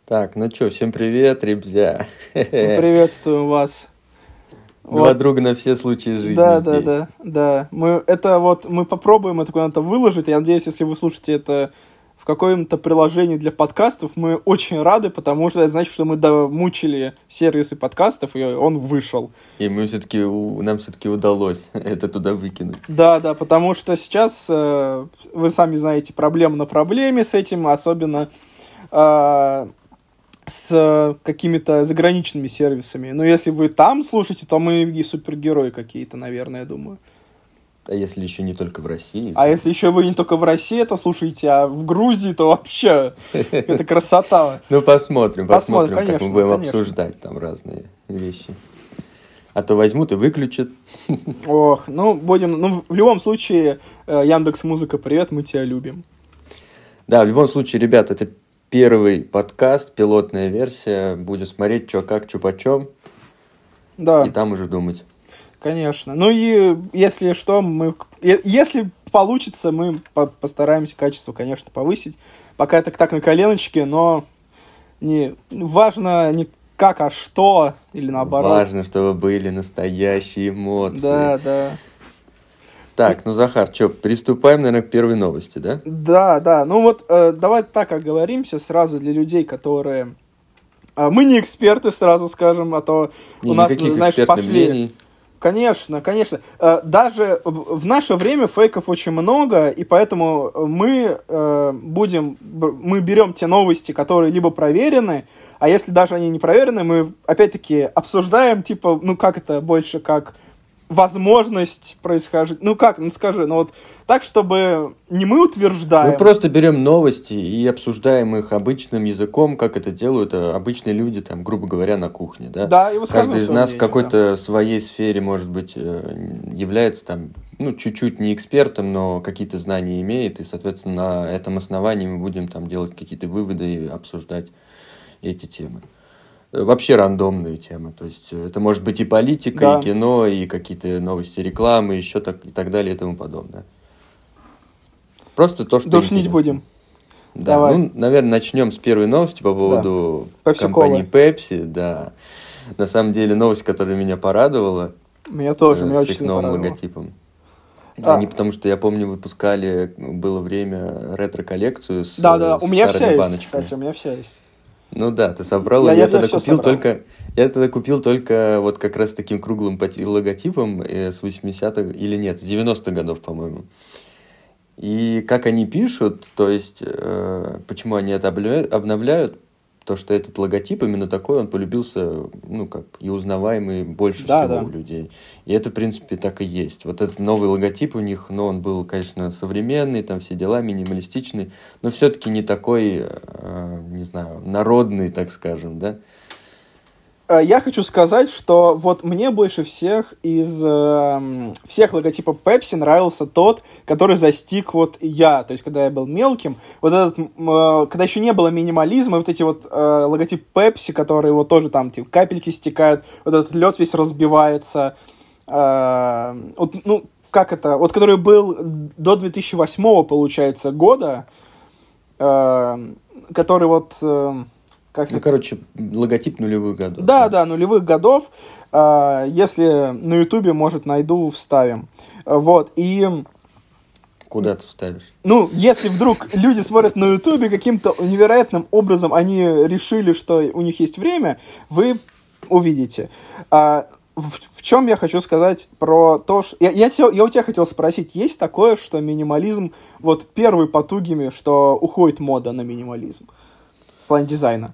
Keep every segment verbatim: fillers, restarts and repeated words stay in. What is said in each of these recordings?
Так, ну что, всем привет, ребзя. Приветствуем вас. Два Вот. друга на все случаи жизни Да, здесь. да, да, да. Мы это вот мы попробуем это куда-то выложить. Я надеюсь, если вы слушаете это в каком-то приложении для подкастов, мы очень рады, потому что это значит, что мы домучили сервисы подкастов, и он вышел. И мы все-таки нам все-таки удалось это туда выкинуть. Да, да, потому что сейчас э, вы сами знаете, проблема на проблеме с этим, особенно э, с какими-то заграничными сервисами. Но если вы там слушаете, то мы и супергерои какие-то, наверное, я думаю. А если еще не только в России? А то... если еще вы не только в России это слушаете, а в Грузии, то вообще это красота. Ну, посмотрим, посмотрим, как мы будем конечно. обсуждать там разные вещи. А то возьмут и выключат. Ох, ну, будем... Ну, в любом случае, Яндекс.Музыка, привет, мы тебя любим. Да, в любом случае, ребят, это первый подкаст, пилотная версия. Будем смотреть, что как, что почем. Да. И там уже думать. Конечно. Ну и если что, мы... Если получится, мы постараемся качество, конечно, повысить. Пока это так на коленочке, но не важно не как, а что, или наоборот. Важно, чтобы были настоящие эмоции. Да, да. Так, ну, Захар, что, приступаем, наверное, к первой новости, да? Да, да. Ну вот, э, давай так оговоримся сразу для людей, которые... Э, мы не эксперты, сразу скажем, а то не, у нас, знаешь, пошли... Мнений. Конечно, конечно. Э, даже в наше время фейков очень много, и поэтому мы э, будем... Мы берем те новости, которые либо проверены, а если даже они не проверены, мы опять-таки обсуждаем, типа, ну как это больше, как... возможность происхождения. Ну как, ну скажи, ну вот так, чтобы не мы утверждаем. Мы просто берем новости и обсуждаем их обычным языком, как это делают обычные люди, там, грубо говоря, на кухне, да? Да, и каждый из нас мнение, в какой-то да. своей сфере, может быть, является там, ну, чуть-чуть не экспертом, но какие-то знания имеет, и, соответственно, на этом основании мы будем там делать какие-то выводы и обсуждать эти темы. Вообще рандомные темы, то есть это может быть и политика, да. и кино, и какие-то новости рекламы, еще так, и так далее, и тому подобное. Просто то, что Душнить интересно. будем. Да, Давай. Ну, наверное, начнем с первой новости по поводу да. компании Pepsi. Да. На самом деле, новость, которая меня порадовала. Меня тоже, э, меня с очень их новым порадовала. логотипом. Да. Они, потому что, я помню, выпускали, было время, ретро-коллекцию с Да, да, у меня вся баночками. есть, кстати, у меня вся есть. Ну да, ты собрал. Я, я, я, я тогда я купил собрал. только. Я тогда купил только вот как раз таким круглым логотипом с восьмидесятых или нет, с девяностых годов, по-моему. И как они пишут, то есть э, почему они это обновляют, то что этот логотип именно такой, он полюбился, ну как, и узнаваемый больше да, всего да. у людей. И это, в принципе, так и есть. Вот этот новый логотип у них, ну, он был, конечно, современный, там все дела, минималистичный, но все-таки не такой, э, не знаю, народный, так скажем, да? Я хочу сказать, что вот мне больше всех из э, всех логотипов Pepsi нравился тот, который застиг вот я, то есть когда я был мелким, вот этот, э, когда еще не было минимализма, вот эти вот э, логотип Pepsi, которые вот тоже там типа, капельки стекают, вот этот лед весь разбивается, э, вот, ну как это, вот который был до две тысячи восьмого, получается, года, э, который вот... Э, Как ну, короче, логотип нулевых годов. Да, да, нулевых годов. Если на Ютубе, может, найду, вставим. Вот, и... Куда ты вставишь? Ну, если вдруг люди смотрят на Ютубе, каким-то невероятным образом они решили, что у них есть время, вы увидите. В, в чем я хочу сказать про то, что... Я, я, я у тебя хотел спросить, есть такое, что минимализм, вот первый потугами, что уходит мода на минимализм в плане дизайна?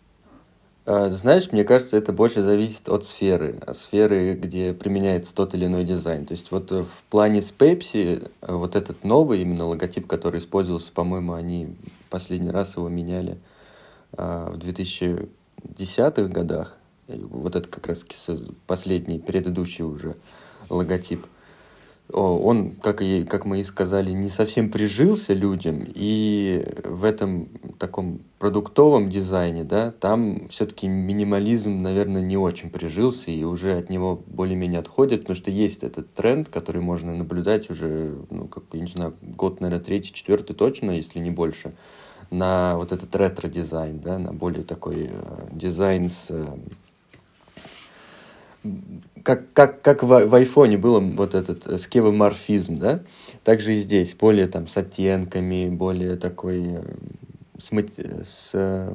Знаешь, мне кажется, это больше зависит от сферы, сферы, где применяется тот или иной дизайн. То есть вот в плане с Pepsi, вот этот новый именно логотип, который использовался, по-моему, они последний раз его меняли в две тысячи десятых годах. Вот это как раз последний, предыдущий уже логотип. Он, как, и, как мы и сказали, не совсем прижился людям, и в этом таком продуктовом дизайне, да, там все-таки минимализм, наверное, не очень прижился, и уже от него более-менее отходят, потому что есть этот тренд, который можно наблюдать уже, ну, как, я не знаю, год, наверное, третий, четвертый точно, если не больше, на вот этот ретро-дизайн, да, на более такой э, дизайн с... Э, как, как, как в, в айфоне было вот этот скевоморфизм, да, также и здесь, более там с оттенками, более такой... Э, с... с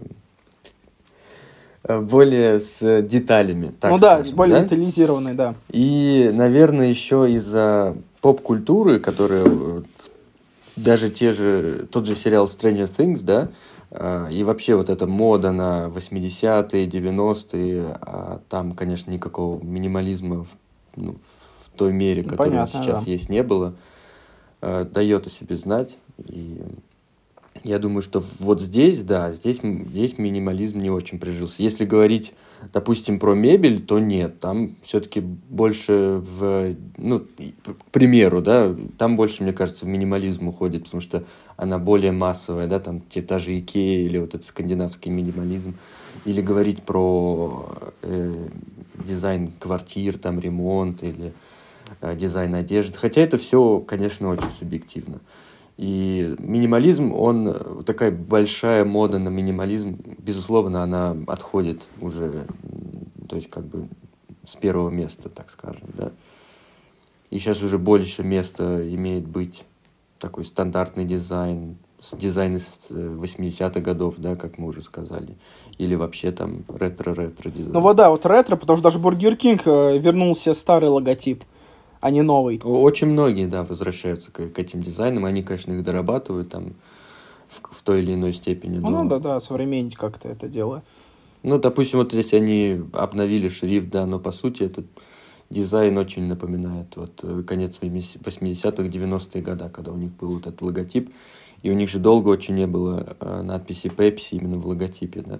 более с деталями, так ну да, скажем, более да? детализированный, да. И, наверное, еще из-за поп-культуры, которая даже те же, тот же сериал Stranger Things, да, и вообще вот эта мода на восьмидесятые, девяностые, а там, конечно, никакого минимализма в, ну, в той мере, Ну, которая понятно, сейчас да. есть, не было, дает о себе знать. И я думаю, что вот здесь, да, здесь, здесь минимализм не очень прижился. Если говорить, допустим, про мебель, то нет, там все-таки больше в, ну, к примеру, да, там больше, мне кажется, в минимализм уходит, потому что она более массовая, да, там те та же Икея или вот этот скандинавский минимализм. Или говорить про э, дизайн квартир, там, ремонт или э, дизайн одежды. Хотя это все, конечно, очень субъективно. И минимализм, он, такая большая мода на минимализм, безусловно, она отходит уже, то есть как бы с первого места, так скажем, да. И сейчас уже больше места имеет быть такой стандартный дизайн, дизайн из восьмидесятых годов, да, как мы уже сказали, или вообще там ретро-ретро дизайн. Ну вот да, вот ретро, потому что даже Burger King вернул себе старый логотип, а не новый. Очень многие, да, возвращаются к, к этим дизайнам. Они, конечно, их дорабатывают там в, в той или иной степени. Ну, но... надо, да, современнить как-то это дело. Ну, допустим, вот здесь они обновили шрифт, да, но по сути этот дизайн очень напоминает вот конец восьмидесятых, девяностых годов, когда у них был вот этот логотип. И у них же долго очень не было э, надписи Pepsi именно в логотипе, да.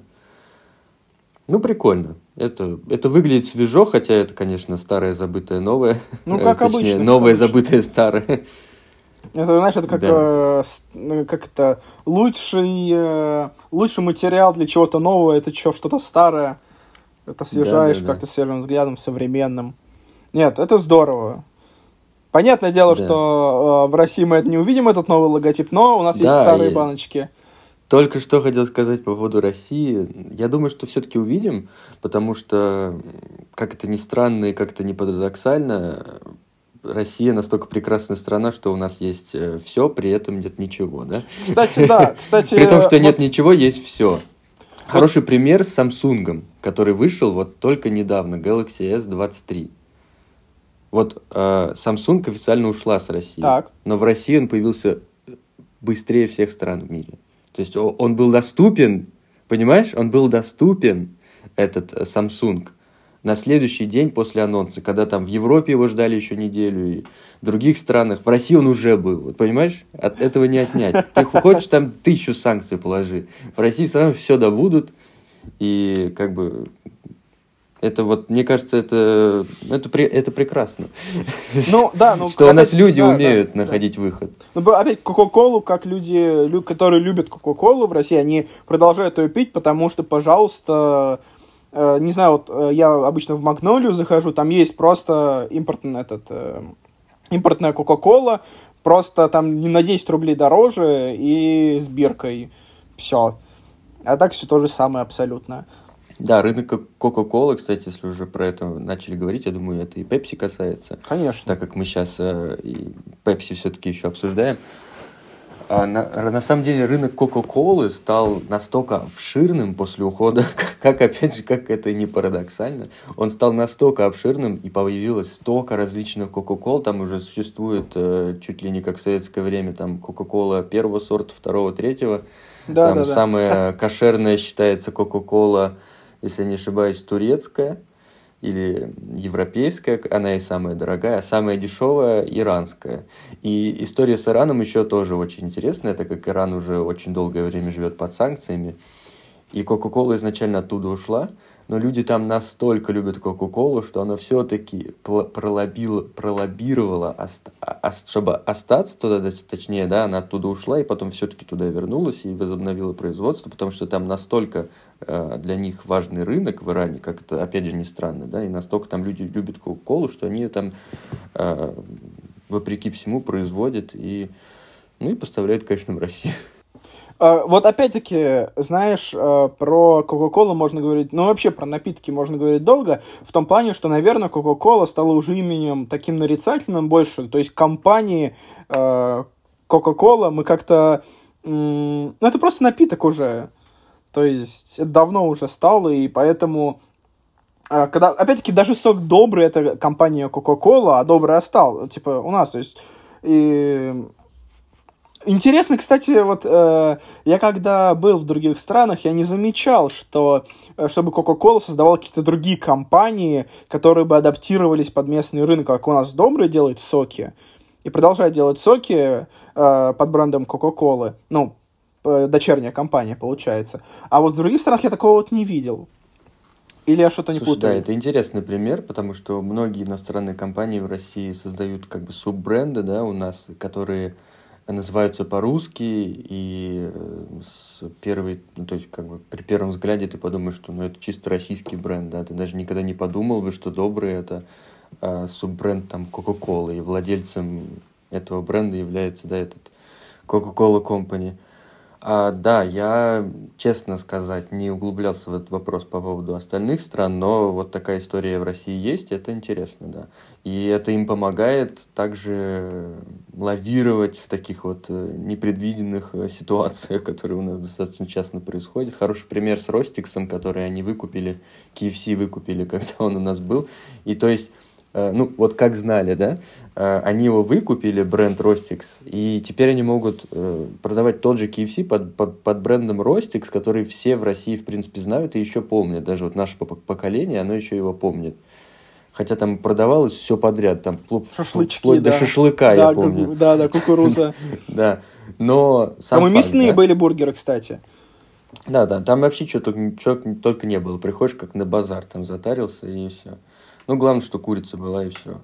Ну, прикольно. Это, это выглядит свежо, хотя это, конечно, старое, забытое, новое. Ну, как Точнее, обычно. новое, как забытое, старое. Это, знаешь, это как, Да. э, как это, лучший, э, лучший материал для чего-то нового, это что, что-то старое. Это освежаешь Да, да, да. как-то свежим взглядом, современным. Нет, это здорово. Понятное дело, Да. что э, в России мы это не увидим, этот новый логотип, но у нас есть Да, старые и- баночки. Только что хотел сказать по поводу России. Я думаю, что все-таки увидим, потому что, как это ни странно и как это ни парадоксально, Россия настолько прекрасная страна, что у нас есть все, при этом нет ничего, да? Кстати, да, кстати... При том, что нет вот- ничего, есть все. Хороший пример с Samsung, который вышел вот только недавно, Galaxy эс двадцать три. Вот э, Samsung официально ушла с России, Так. но в России он появился быстрее всех стран в мире. То есть о- он был доступен, понимаешь, он был доступен, этот э, Samsung, на следующий день после анонса, когда там в Европе его ждали еще неделю, и в других странах. В России он уже был, вот понимаешь? От этого не отнять. Ты хочешь, там тысячу санкций положи. В России сразу все добудут, и как бы... Это вот, мне кажется, это, это, при- это прекрасно. Ну, да, ну, Что у нас опять- люди да, умеют да, находить выход. Ну, б- опять, Кока-Колу, как люди, лю- которые любят Кока-Колу в России, они продолжают ее пить, потому что, пожалуйста, э, не знаю, вот э, я обычно в Магнолию захожу, там есть просто импортный этот, э, импортная Кока-Кола, просто там не на десять рублей дороже и с биркой. Все. А так все то же самое абсолютно. Да, рынок Ко- Кока-Колы, кстати, если уже про это начали говорить, я думаю, это и Пепси касается, Конечно. так как мы сейчас э, и Пепси все-таки еще обсуждаем. А на, на самом деле рынок Кока-Колы стал настолько обширным после ухода, как, опять же, как это не парадоксально, он стал настолько обширным, и появилось столько различных Кока-Кол, там уже существует э, чуть ли не как в советское время, там Кока-Кола первого сорта, второго, третьего, Да, там да, да. самая кошерная считается Кока-Кола, если я не ошибаюсь, турецкая или европейская, она и самая дорогая, а самая дешевая иранская. И история с Ираном еще тоже очень интересная, так как Иран уже очень долгое время живет под санкциями. И Кока-Кола изначально оттуда ушла, но люди там настолько любят Кока-Колу, что она все-таки пролоббила, пролоббировала, ост, ост, чтобы остаться туда, точнее, да, она оттуда ушла, и потом все-таки туда вернулась и возобновила производство, потому что там настолько э, для них важный рынок в Иране, как это, опять же, не странно, да, и настолько там люди любят Кока-Колу, что они ее там, э, вопреки всему, производят и, ну, и поставляют, конечно, в Россию. А, вот опять-таки, знаешь, а, про Кока-Колу можно говорить, ну вообще про напитки можно говорить долго, в том плане, что, наверное, Кока-Кола стала уже именем таким нарицательным больше, то есть компании а, Кока-Кола мы как-то... м, Ну это просто напиток уже, то есть это давно уже стало, и поэтому... а, Когда, опять-таки, даже сок добрый, это компания Coca-Cola, а добрый остал, типа, у нас, то есть, и интересно, кстати, вот э, я когда был в других странах, я не замечал, что э, чтобы Coca-Cola создавала какие-то другие компании, которые бы адаптировались под местный рынок, как у нас Добрый делает соки, и продолжает делать соки э, под брендом Coca-Cola, ну, э, дочерняя компания, получается. А вот в других странах я такого вот не видел. Или я что-то не Слушай, да, путаю? это интересный пример, потому что многие иностранные компании в России создают как бы суббренды, да, у нас, которые называются по-русски, и э, с первой, ну, то есть как бы при первом взгляде ты подумаешь, что ну, это чисто российский бренд, да, ты даже никогда не подумал бы, что Добрый это э, суббренд там Coca-Cola, и владельцем этого бренда является, да, этот Coca-Cola Company. А, да, я, честно сказать, не углублялся в этот вопрос по поводу остальных стран, но вот такая история в России есть, это интересно, да. И это им помогает также лавировать в таких вот э, непредвиденных э, ситуациях, которые у нас достаточно часто происходят. Хороший пример с Ростиксом, который они выкупили, кей эф си выкупили, когда он у нас был. И то есть, э, ну, вот как знали, да, э, они его выкупили, бренд Ростикс, и теперь они могут э, продавать тот же кей эф си под, под, под брендом Ростикс, который все в России, в принципе, знают и еще помнят. Даже вот наше пок- поколение, оно еще его помнит. Хотя там продавалось все подряд, там впло- Шашлычки, вплоть до да. шашлыка, я Да, помню. ку- да, да, кукуруза. Да, но сам Там и факт, мясные да. были бургеры, кстати. Да, да, там вообще что только, чё только не было. Приходишь как на базар, там затарился и все. Ну, главное, что курица была и все.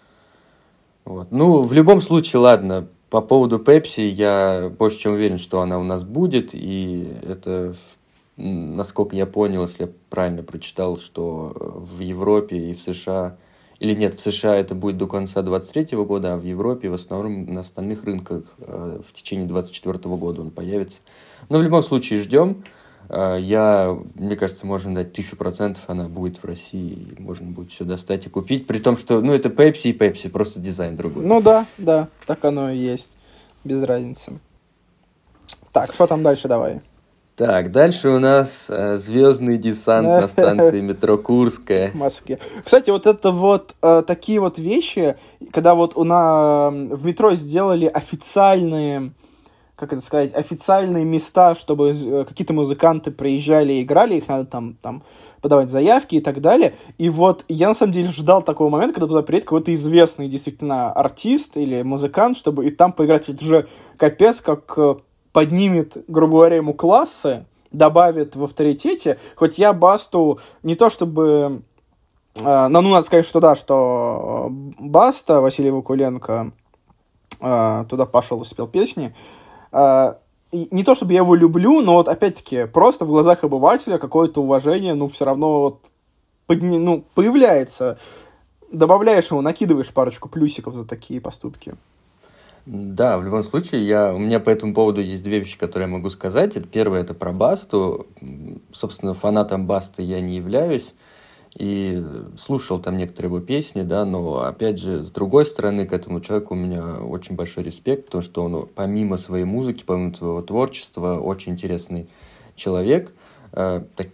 Вот. Ну, в любом случае, ладно, по поводу Пепси я больше чем уверен, что она у нас будет, и это, м, насколько я понял, если я правильно прочитал, что в Европе и в США, или нет, в США это будет до конца двадцать третьего года, а в Европе в основном на остальных рынках э, в течение двадцать четвёртого года он появится. Но в любом случае ждем. Э, Я, мне кажется, можно дать тысячу процентов, она будет в России, и можно будет все достать и купить, при том, что, ну, это Пепси и Пепси, просто дизайн другой. Ну да, да, так оно и есть. Без разницы. Так, что там дальше, давай. Так, дальше у нас э, звездный десант на станции метро Курская. В Москве. Кстати, вот это вот э, такие вот вещи, когда вот у нас в метро сделали официальные, как это сказать, официальные места, чтобы э, какие-то музыканты приезжали и играли, их надо там, там подавать заявки и так далее. И вот я на самом деле ждал такого момента, когда туда приедет какой-то известный действительно артист или музыкант, чтобы и там поиграть. Ведь уже капец, как э, поднимет, грубо говоря, ему классы, добавит в авторитете. Хоть я Басту не то чтобы... Э, ну, надо сказать, что да, что Баста, Василий Вакуленко, э, туда пошел и спел песни. Э, и не то чтобы я его люблю, но вот опять-таки просто в глазах обывателя какое-то уважение, ну, все равно вот подни, ну, появляется. Добавляешь ему, накидываешь парочку плюсиков за такие поступки. Да, в любом случае, я, у меня по этому поводу есть две вещи, которые я могу сказать. Это первое, это про Басту. Собственно, фанатом Басты я не являюсь. И слушал там некоторые его песни, да, но, опять же, с другой стороны, к этому человеку у меня очень большой респект, потому что он, помимо своей музыки, помимо своего творчества, очень интересный человек. Э, так,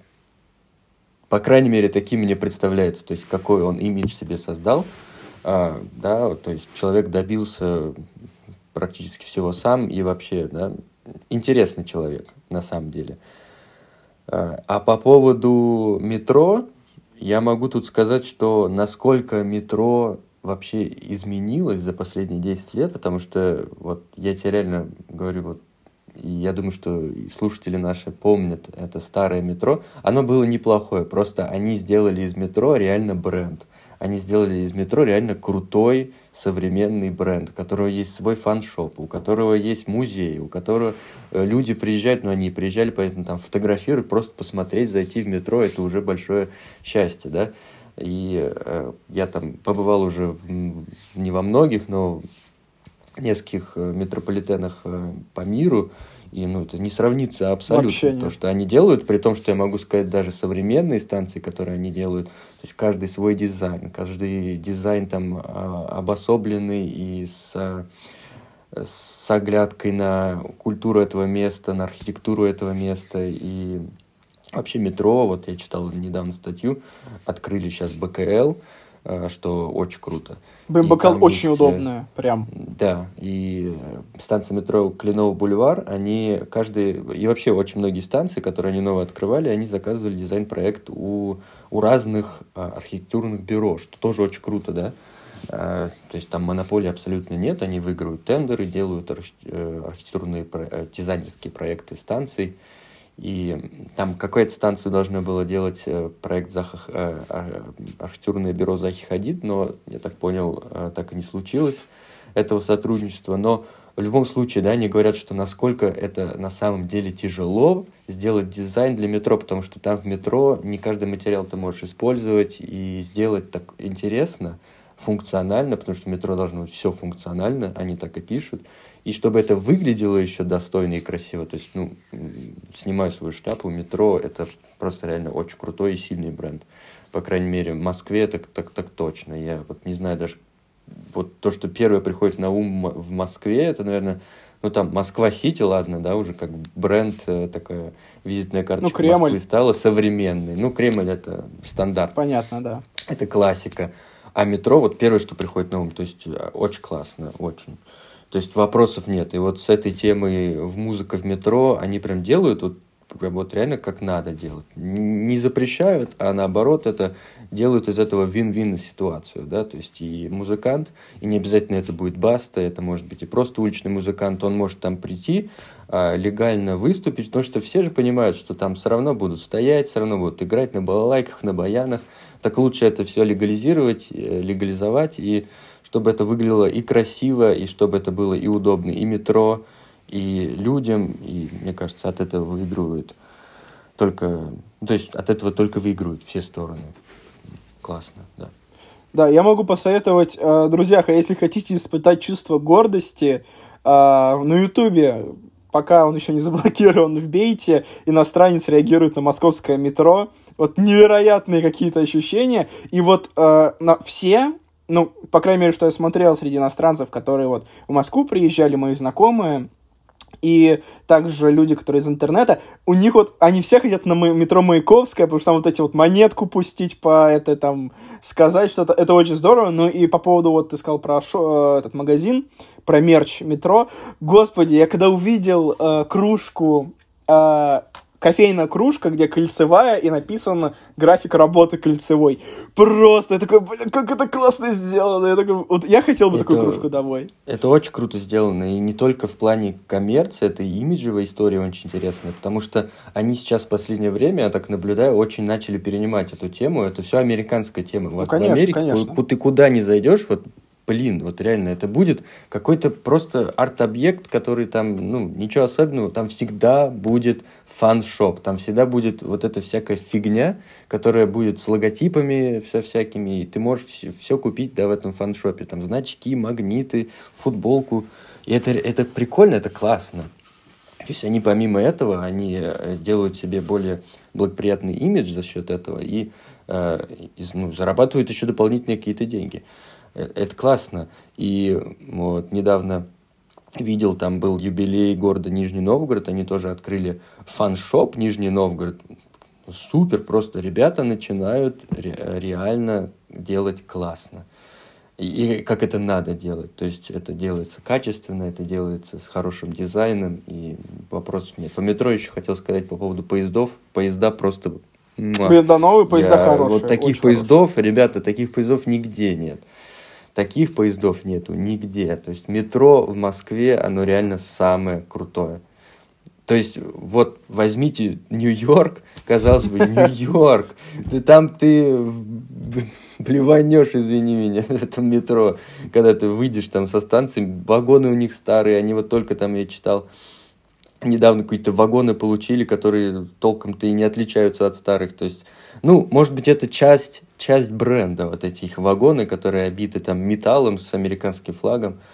по крайней мере, таким мне представляется, то есть, какой он имидж себе создал. Э, да, то есть, человек добился практически всего сам и вообще, да, интересный человек, на самом деле. Э, а по поводу метро... Я могу тут сказать, что насколько метро вообще изменилось за последние десять лет, потому что вот я тебе реально говорю, вот, и я думаю, что и слушатели наши помнят это старое метро, оно было неплохое, просто они сделали из метро реально бренд. Они сделали из метро реально крутой современный бренд, у которого есть свой фан-шоп, у которого есть музей, у которого люди приезжают, но они приезжали, поэтому там фотографируют, просто посмотреть, зайти в метро, это уже большое счастье, да. И э, я там побывал уже в, не во многих, но в нескольких метрополитенах э, по миру, И, ну, это не сравнится абсолютно. Вообще нет. То, что они делают, при том, что я могу сказать, даже современные станции, которые они делают, то есть каждый свой дизайн, каждый дизайн там обособленный и с, с оглядкой на культуру этого места, на архитектуру этого места. И вообще метро, вот я читал недавно статью, открыли сейчас бэ ка эл, что очень круто. Блин, бэ ка эл очень есть, удобная, прям. Да, и станция метро Кленовый бульвар, они каждый, и вообще очень многие станции, которые они новые открывали, они заказывали дизайн-проект у, у разных а, архитектурных бюро, что тоже очень круто, да. А, то есть там монополии абсолютно нет, они выигрывают тендеры, делают архи- архитектурные, дизайнерские проекты станций. И там какая-то станция должна была делать проект Заха, архитектурное бюро Захи Хадид, но, я так понял, так и не случилось этого сотрудничества. Но в любом случае, да, они говорят, что насколько это на самом деле тяжело сделать дизайн для метро, потому что там в метро не каждый материал ты можешь использовать и сделать так интересно, функционально, потому что метро должно быть все функционально, они так и пишут. И чтобы это выглядело еще достойно и красиво, то есть, ну, снимаю свою шляпу, метро — это просто реально очень крутой и сильный бренд. По крайней мере, в Москве так, так, так точно. Я вот не знаю даже, вот то, что первое приходит на ум в Москве, это, наверное, ну, там, Москва-Сити, ладно, да, уже как бренд, такая визитная карточка ну, Москвы стала современной. Ну, Кремль — это стандарт. Понятно, да. Это классика. А метро, вот первое, что приходит на ум, то есть очень классно, очень. То есть вопросов нет. И вот с этой темой в музыка в метро они прям делают вот, вот реально как надо делать. Не запрещают, а наоборот это делают из этого вин-вин ситуацию. Да? То есть и музыкант, и не обязательно это будет баста, это может быть и просто уличный музыкант, он может там прийти, а, легально выступить, потому что все же понимают, что там все равно будут стоять, все равно будут играть на балалайках, на баянах. Так лучше это все легализировать, легализовать, и чтобы это выглядело и красиво, и чтобы это было и удобно, и метро, и людям, и, мне кажется, от этого выигрывают только, то есть от этого только выигрывают все стороны. Классно, да. Да, я могу посоветовать, э, друзья, если хотите испытать чувство гордости, э, на Ютубе, пока он еще не заблокирован, вбейте «Иностранец реагирует на московское метро». Вот невероятные какие-то ощущения. И вот э, на все... Ну, по крайней мере, что я смотрел среди иностранцев, которые вот в Москву приезжали, мои знакомые, и также люди, которые из интернета, у них вот, они все хотят на метро Маяковское, потому что там вот эти вот монетку пустить по этой там, сказать что-то, это очень здорово. Ну и по поводу, вот ты сказал про шо, этот магазин, про мерч метро, господи, я когда увидел э, кружку, э, кофейная кружка, где кольцевая, и написано график работы кольцевой. Просто я такой, блин, как это классно сделано. Я, такой, вот я хотел бы это, такую кружку домой. Это очень круто сделано. И не только в плане коммерции, это и имиджевая история очень интересная, потому что они сейчас в последнее время, я так наблюдаю, очень начали перенимать эту тему. Это все американская тема. Вот ну, конечно, в Америке конечно. Ты куда ни зайдешь, вот блин, вот реально, это будет какой-то просто арт-объект, который там, ну, ничего особенного, там всегда будет фан-шоп, там всегда будет вот эта всякая фигня, которая будет с логотипами со всякими, и ты можешь все, все купить, да, в этом фан-шопе, там значки, магниты, футболку, и это, это прикольно, это классно. То есть они помимо этого, они делают себе более благоприятный имидж за счет этого и э, ну, зарабатывают еще дополнительные какие-то деньги. Это классно. И вот недавно видел, там был юбилей города Нижний Новгород, они тоже открыли фан-шоп Нижний Новгород. Супер, просто ребята начинают ре- реально делать классно. И, и как это надо делать. То есть это делается качественно, это делается с хорошим дизайном, и вопросов нет. По метро еще хотел сказать по поводу поездов. Поезда просто... Блин, да, новые поезда Я, хорошие. Вот таких поездов, хорошие. Ребята, таких поездов нигде нет. Таких поездов нету нигде. То есть метро в Москве, оно реально самое крутое. То есть вот возьмите Нью-Йорк, казалось бы, Нью-Йорк. Ты там ты блеванешь, извини меня, в этом метро. Когда ты выйдешь там со станции, вагоны у них старые, они вот только там, я читал, недавно какие-то вагоны получили, которые толком-то и не отличаются от старых. То есть, ну, может быть, это часть, часть бренда, вот эти их вагоны, которые обиты там металлом с американским флагом.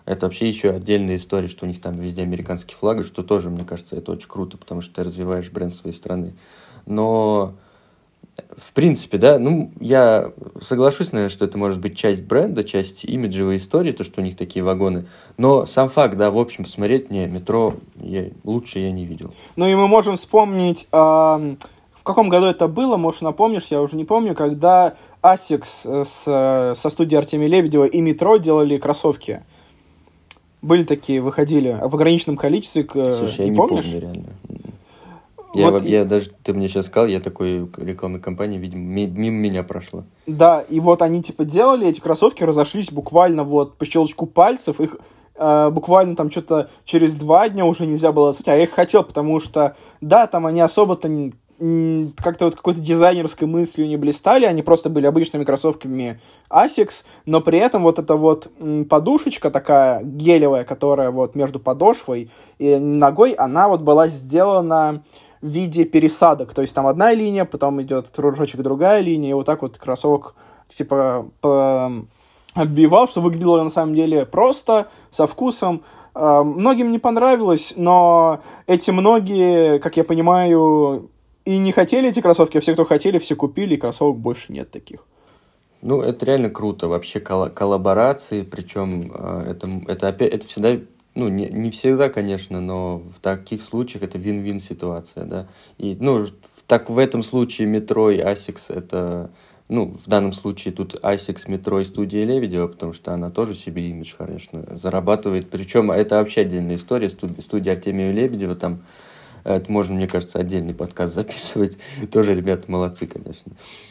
Это вообще еще отдельная история, что у них там везде американские флаги, что тоже, мне кажется, это очень круто, потому что ты развиваешь бренд своей страны. Но, в принципе, да, ну, я соглашусь, наверное, что это может быть часть бренда, часть имиджевой истории, то, что у них такие вагоны. Но сам факт, да, в общем, смотреть мне метро я, лучше я не видел. Ну и мы можем вспомнить, э, в каком году это было, может, напомнишь, я уже не помню, когда Asics с, со студией Артемия Лебедева и Метро делали кроссовки. Были такие, выходили в ограниченном количестве. Слушай, не я не помнишь? помню, реально. Я, Вот я и... даже, ты мне сейчас сказал, я такой рекламной кампании, видимо, мимо меня прошла. Да, и вот они типа делали эти кроссовки, разошлись буквально вот по щелчку пальцев, их э, буквально там что-то через два дня уже нельзя было достать, а я их хотел, потому что, да, там они особо-то не, не, как-то вот какой-то дизайнерской мыслью не блистали, они просто были обычными кроссовками Asics, но при этом вот эта вот подушечка такая гелевая, которая вот между подошвой и ногой, она вот была сделана в виде пересадок, то есть там одна линия, потом идет кружочек, другая линия, и вот так вот кроссовок типа по... оббивал, что выглядело на самом деле просто, со вкусом. Многим не понравилось, но эти многие, как я понимаю, и не хотели эти кроссовки, а все, кто хотели, все купили, и кроссовок больше нет таких. Ну, это реально круто, вообще колл- коллаборации, причем это, это опять, это всегда... Ну, не, не всегда, конечно, но в таких случаях это вин-вин ситуация, да. И, ну, так в этом случае Метро и Asics это, ну, в данном случае тут Asics, Метро и студия Лебедева, потому что она тоже себе имидж, конечно, зарабатывает. Причем это вообще отдельная история, студия, студия Артемия Лебедева, там, это можно, мне кажется, отдельный подкаст записывать. Тоже ребята молодцы, конечно.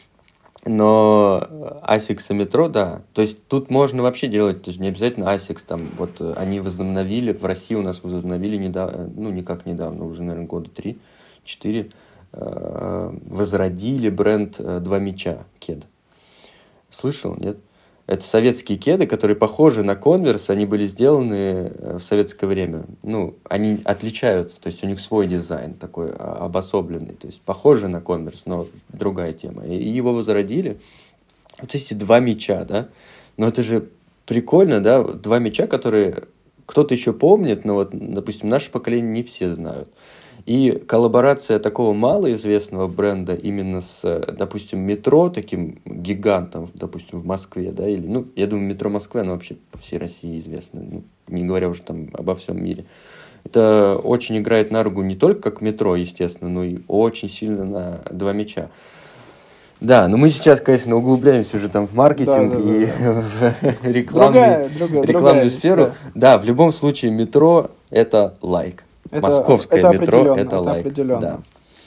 Но Asics и Метро, да. То есть тут можно вообще делать, то есть не обязательно Asics, там, вот они возобновили, в России у нас возобновили недавно, ну, никак недавно, уже, наверное, года три-четыре, э, возродили бренд «Два мяча» кед. Слышал, нет? Это советские кеды, которые похожи на Converse, они были сделаны в советское время. Ну, они отличаются, то есть у них свой дизайн такой обособленный, то есть похожи на Converse, но другая тема. И его возродили. Вот эти два мяча, да? Но это же прикольно, да? Два мяча, которые кто-то еще помнит, но вот, допустим, наше поколение не все знают. И коллаборация такого малоизвестного бренда именно с, допустим, Метро, таким гигантом, допустим, в Москве, да, или, ну, я думаю, Метро Москвы, оно вообще по всей России известно, ну, не говоря уже там обо всем мире. Это очень играет на руку не только как Метро, естественно, но и очень сильно на Два мяча. Да, но мы сейчас, конечно, углубляемся уже там в маркетинг да, да, и да, да. в рекламный, другая, другая, рекламную другая, сферу. Да. да, в любом случае Метро – это лайк. Это, Московское это метро – это лайк. Это да.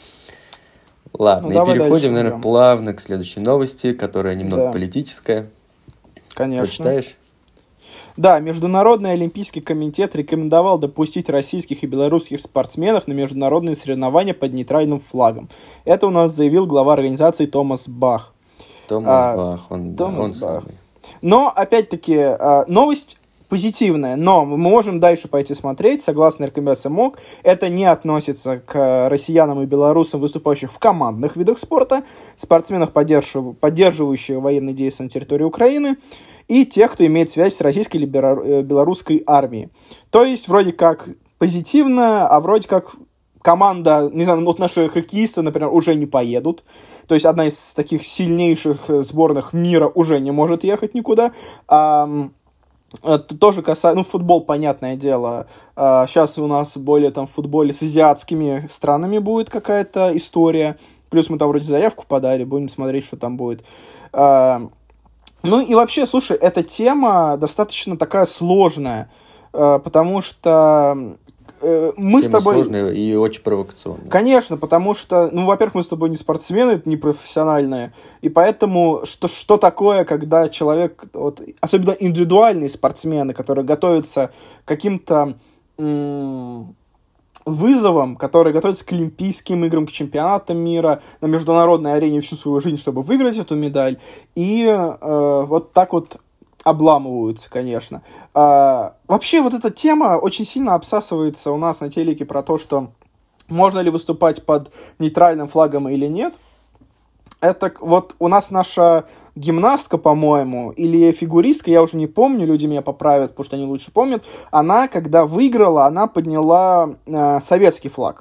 Ладно, ну, и переходим, наверное, идем. плавно к следующей новости, которая немного да. политическая. Конечно. Прочитаешь? Да, Международный олимпийский комитет рекомендовал допустить российских и белорусских спортсменов на международные соревнования под нейтральным флагом. Это у нас заявил глава организации Томас Бах. Томас а, Бах, он, Томас да, он Бах. Самый. Но, опять-таки, новость позитивная, но мы можем дальше пойти смотреть, согласно рекомендациям МОК, это не относится к россиянам и белорусам, выступающих в командных видах спорта, спортсменах, поддерживающих военные действия на территории Украины, и тех, кто имеет связь с российской или белорусской армией. То есть, вроде как позитивно, а вроде как команда, не знаю, вот наши хоккеисты, например, уже не поедут. То есть, одна из таких сильнейших сборных мира уже не может ехать никуда. А, это тоже касается, ну, футбол, понятное дело. А, сейчас у нас более там в футболе с азиатскими странами будет какая-то история. Плюс мы там вроде заявку подали, будем смотреть, что там будет. А, Ну и вообще, слушай, эта тема достаточно такая сложная, потому что мы тема с тобой... сложная и очень провокационная. Конечно, потому что, ну, во-первых, мы с тобой не спортсмены, не профессиональные, и поэтому что, что такое, когда человек, вот, особенно индивидуальные спортсмены, которые готовятся к каким-то... М- вызовом, которые готовятся к Олимпийским играм, к чемпионатам мира, на международной арене всю свою жизнь, чтобы выиграть эту медаль, и э, вот так вот обламываются, конечно. А, вообще вот эта тема очень сильно обсасывается у нас на телеке про то, что можно ли выступать под нейтральным флагом или нет. это вот у нас наша гимнастка, по-моему, или фигуристка, я уже не помню, люди меня поправят, потому что они лучше помнят, она, когда выиграла, она подняла э, советский флаг.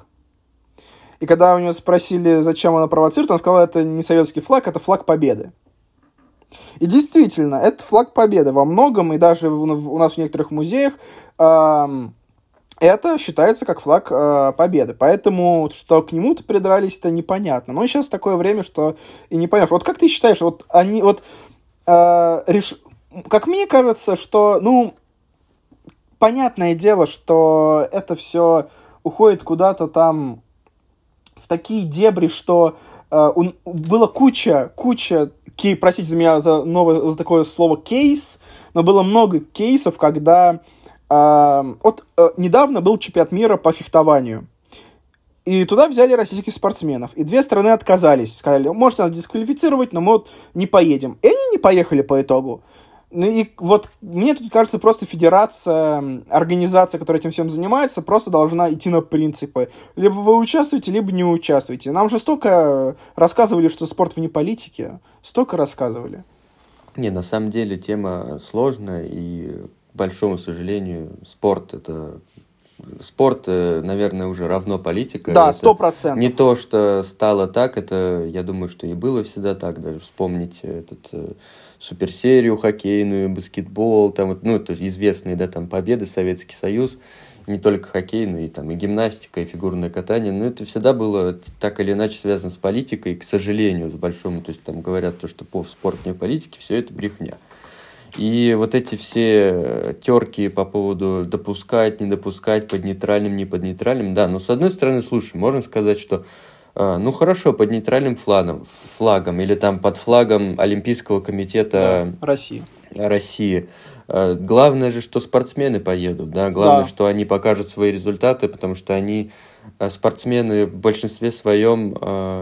И когда у нее спросили, зачем она провоцирует, она сказала, это не советский флаг, это флаг победы. И действительно, это флаг победы во многом, и даже у нас в некоторых музеях э, это считается как флаг э, победы. Поэтому, что к нему-то придрались, это непонятно. Но сейчас такое время, что и не поймешь. Вот как ты считаешь, вот они, вот, э, реш... как мне кажется, что, ну, понятное дело, что это все уходит куда-то там в такие дебри, что э, у, было куча, куча, кей, простите за меня за новое за такое слово кейс, но было много кейсов, когда э, вот э, недавно был чемпионат мира по фехтованию, и туда взяли российских спортсменов, и две страны отказались, сказали, можете нас дисквалифицировать, но мы вот не поедем, и они не поехали по итогу. Ну и вот мне тут кажется, просто федерация, организация, которая этим всем занимается, просто должна идти на принципы. Либо вы участвуете, либо не участвуете. Нам же столько рассказывали, что спорт вне политики. Столько рассказывали. Не, на самом деле тема сложная, и, к большому сожалению, спорт это... Спорт, наверное, уже равно политика. Да, сто процентов. Не то, что стало так, это, я думаю, что и было всегда так. Даже вспомнить этот... суперсерию хоккейную, баскетбол, там, вот, ну, это известные, да, там, победы, Советский Союз, не только хоккей, но и, там, и гимнастика, и фигурное катание, но это всегда было так или иначе связано с политикой, к сожалению, с большому, то есть, там, говорят, то, что по спорт не политике, все это брехня. И вот эти все терки по поводу допускать, не допускать, под нейтральным, не под нейтральным, да, но, с одной стороны, слушай, можно сказать, что ну хорошо, под нейтральным флагом, флагом или там под флагом Олимпийского комитета да, России. России. Главное же, что спортсмены поедут, да, главное, да. что они покажут свои результаты, потому что они, спортсмены в большинстве своем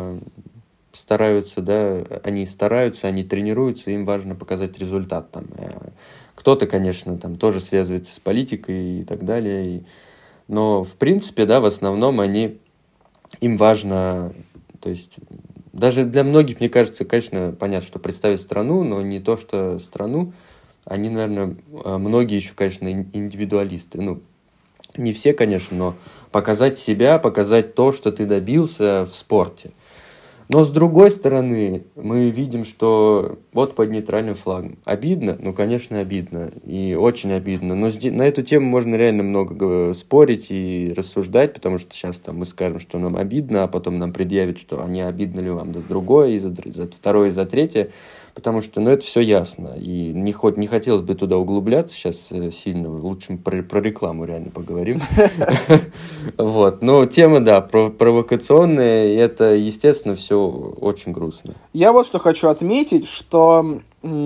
стараются, да, они стараются, они тренируются, им важно показать результат. Там. Кто-то, конечно, там тоже связывается с политикой и так далее, но в принципе, да, в основном они им важно, то есть, даже для многих, мне кажется, конечно, понятно, что представить страну, но не то, что страну, они, наверное, многие еще, конечно, индивидуалисты. Ну, не все, конечно, но показать себя, показать то, что ты добился в спорте. Но, с другой стороны, мы видим, что вот под нейтральным флагом. Обидно? Ну, конечно, обидно. И очень обидно. Но на эту тему можно реально много спорить и рассуждать, потому что сейчас там мы скажем, что нам обидно, а потом нам предъявят, что а не обидно ли вам за другое, и за, за второе, и за третье. Потому что, ну, это все ясно. И не, хоть, не хотелось бы туда углубляться сейчас сильно. Лучше мы про, про рекламу реально поговорим. Вот. Но тема, да, провокационная. И это, естественно, все очень грустно. Я вот что хочу отметить, что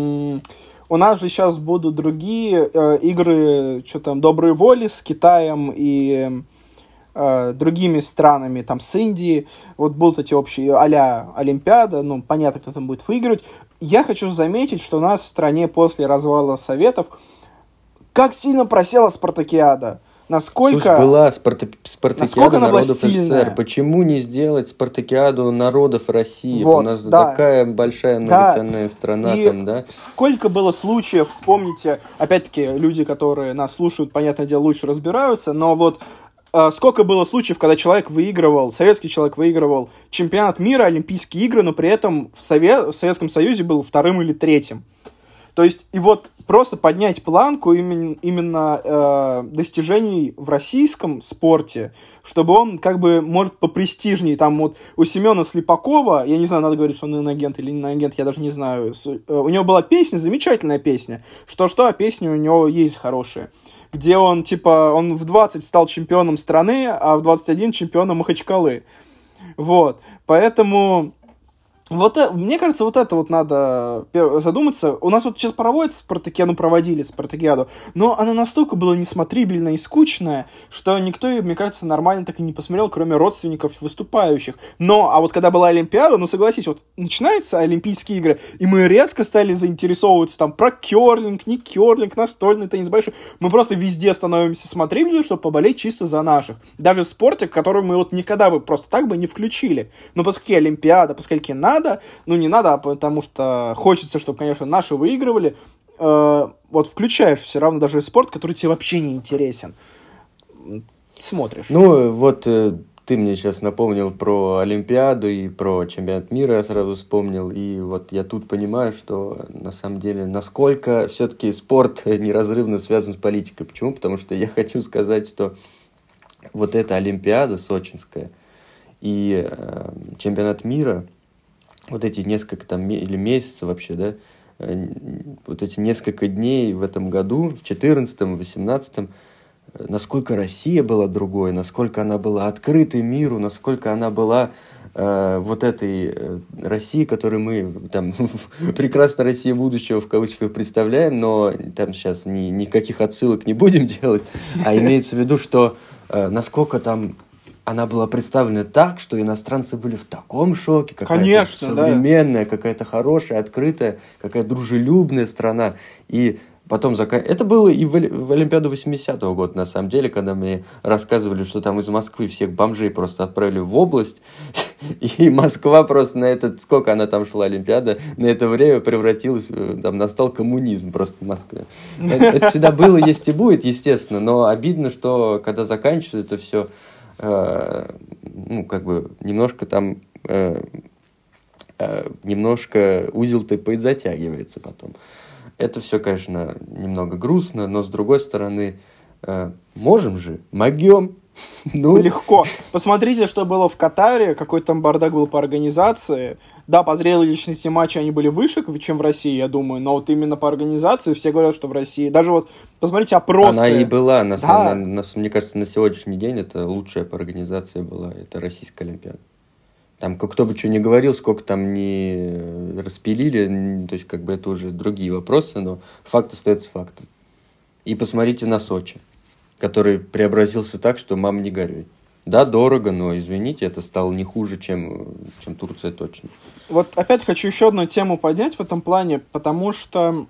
у нас же сейчас будут другие игры, что там, доброй воли с Китаем и другими странами, там, с Индией. Вот будут эти общие а-ля Олимпиада. Ну, понятно, кто там будет выигрывать. Я хочу заметить, что у нас в стране после развала Советов как сильно просела спартакиада. Насколько... Слушай, была спарта... спартакиада народов СССР. Почему не сделать спартакиаду народов России? Вот, у нас да. такая большая многонациональная да. страна. И там, да? Сколько было случаев, вспомните, опять-таки, люди, которые нас слушают, понятное дело, лучше разбираются, но вот Uh, сколько было случаев, когда человек выигрывал, советский человек выигрывал чемпионат мира, Олимпийские игры, но при этом в, Совет, в Советском Союзе был вторым или третьим. То есть, и вот просто поднять планку именно, именно э, достижений в российском спорте, чтобы он как бы, может, попрестижнее. Там вот у Семена Слепакова, я не знаю, надо говорить, что он иноагент или не иноагент, я даже не знаю. У него была песня, замечательная песня. Что-что, а песни у него есть хорошие. Где он, типа, он в двадцать стал чемпионом страны, а в двадцать один чемпионом Махачкалы. Вот. Поэтому... Вот, мне кажется, вот это вот надо задуматься. У нас вот сейчас проводится спартакиаду, проводили спартакиаду, но она настолько была несмотрибельная и скучная, что никто ее, мне кажется, нормально так и не посмотрел, кроме родственников выступающих. Но, а вот когда была Олимпиада, ну согласись, вот начинаются Олимпийские игры, и мы резко стали заинтересовываться там про керлинг, не керлинг, настольный теннис большой. Мы просто везде становимся смотрибельными, чтобы поболеть чисто за наших. Даже в спорте, который мы вот никогда бы просто так бы не включили. Но поскольку Олимпиада, поскольку надо, надо, ну не надо, а потому что хочется, чтобы, конечно, наши выигрывали, э, вот включаешь все равно даже спорт, который тебе вообще не интересен. Смотришь. Ну, вот э, ты мне сейчас напомнил про Олимпиаду и про чемпионат мира, я сразу вспомнил, и вот я тут понимаю, что на самом деле, насколько все-таки спорт неразрывно связан с политикой. Почему? Потому что я хочу сказать, что вот эта Олимпиада сочинская и э, чемпионат мира, вот эти несколько там, или месяцев вообще, да, э, вот эти несколько дней в этом году, в четырнадцатом, восемнадцатом, насколько Россия была другой, насколько она была открытой миру, насколько она была э, вот этой э, Россией, которую мы там прекрасно Россия будущего в кавычках представляем, но там сейчас ни, никаких отсылок не будем делать, а имеется в виду, что э, насколько там она была представлена так, что иностранцы были в таком шоке, какая-то Конечно, современная, да. какая-то хорошая, открытая, какая-то дружелюбная страна, и потом закан... Это было и в, в Олимпиаду восьмидесятого года, на самом деле, когда мне рассказывали, что там из Москвы всех бомжей просто отправили в область, и Москва просто на этот, сколько она там шла, Олимпиада, на это время превратилась, там, настал коммунизм просто в Москве. Это, это всегда было, есть и будет, естественно, но обидно, что когда заканчивается это все, э, ну, как бы, немножко там, э, э, немножко узел-то подзатягивается потом. Это все, конечно, немного грустно, но, с другой стороны, э, можем же, могем. Ну. Легко. Посмотрите, что было в Катаре, какой там бардак был по организации. Да, по зрелищности матча они были выше, чем в России, я думаю, но вот именно по организации все говорят, что в России... Даже вот, посмотрите, опросы. Она и была, на, да. на, на, мне кажется, на сегодняшний день это лучшая по организации была, это Российская Олимпиада. Там кто бы что ни говорил, сколько там не распилили, то есть как бы это уже другие вопросы, но факт остается фактом. И посмотрите на Сочи, который преобразился так, что мам не горюй. Да, дорого, но, извините, это стало не хуже, чем, чем Турция точно. Вот опять хочу еще одну тему поднять в этом плане, потому что